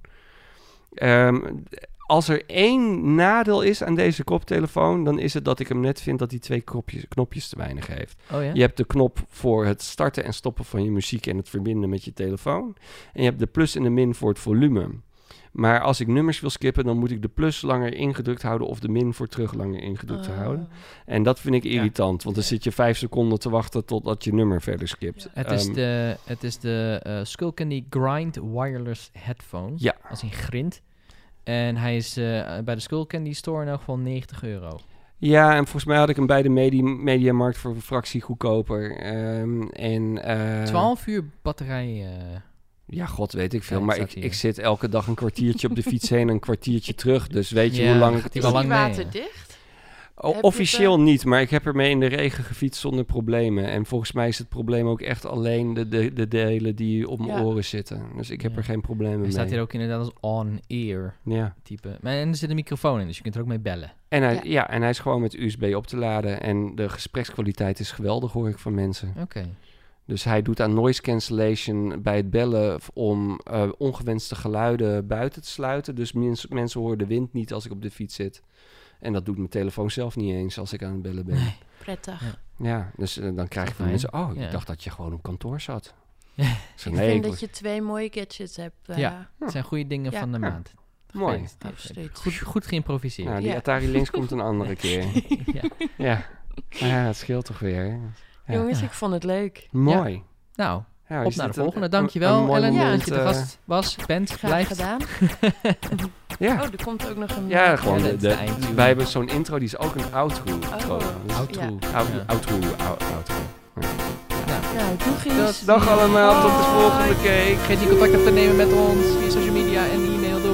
Als er 1 nadeel is aan deze koptelefoon, dan is het dat ik hem net vind dat hij 2 knopjes te weinig heeft. Oh ja? Je hebt de knop voor het starten en stoppen van je muziek en het verbinden met je telefoon. En je hebt de plus en de min voor het volume. Maar als ik nummers wil skippen, dan moet ik de plus langer ingedrukt houden of de min voor terug langer ingedrukt houden. En dat vind ik irritant, want dan zit je 5 seconden te wachten totdat je nummer verder skipt. Het is de Skull Candy Grind Wireless Headphone. Ja. Als in grind. En hij is bij de Skull Candy Store in elk geval €90. Ja, en volgens mij had ik hem bij de Mediamarkt voor een fractie goedkoper. 12 uur batterij. Ja, god weet ik veel. Ja, Maar staat hier. ik zit elke dag een kwartiertje op de fiets heen en een kwartiertje terug. Dus weet je Ja, hoe lang ik gaat het... hij Is wel die lang mee, waterdicht? O- Heb officieel je niet, maar ik heb ermee in de regen gefietst zonder problemen. En volgens mij is het probleem ook echt alleen de delen die op mijn Ja. oren zitten. Dus ik heb Ja. er geen problemen Hij mee. staat hier ook inderdaad als on-ear Ja. type. Maar en er zit een microfoon in, dus je kunt er ook mee bellen. En hij is gewoon met USB op te laden. En de gesprekskwaliteit is geweldig, hoor ik van mensen. Oké. Dus hij doet aan noise cancellation bij het bellen om ongewenste geluiden buiten te sluiten. Dus mensen horen de wind niet als ik op de fiets zit. En dat doet mijn telefoon zelf niet eens als ik aan het bellen ben. Nee. Prettig. Ja. Ja, dus dan krijg je van fijn. mensen... Oh, Ja. ik dacht dat je gewoon op kantoor zat. Ja. Zo, Ik nee, vind ik- dat je 2 mooie gadgets hebt. Ja. Het zijn goede dingen Ja. van de Ja. maand. Mooi. Gefeliciteerd. Absoluut. Goed geïmproviseerd. Nou, die Ja. Atari Lynx komt een andere keer. Ja. Ja. Ja, het scheelt toch weer. Ja. Jongens, ik vond het leuk. Mooi. Nou, Ja, op is naar de dit volgende. een Dankjewel, mooi Ellen, moment, dat je er vast was, bent, Graag blijft. gedaan. Ja, Oh, er komt ook nog een... ja gewoon Ja, dat is de eindtune. wij hebben zo'n intro, die is ook een outro. Oh. Dus- Outro. Ja. Ja. Outro. Nou, doegies. Dag allemaal, tot de volgende keer. Vergeet niet contact op te nemen met ons via social media en e-mail.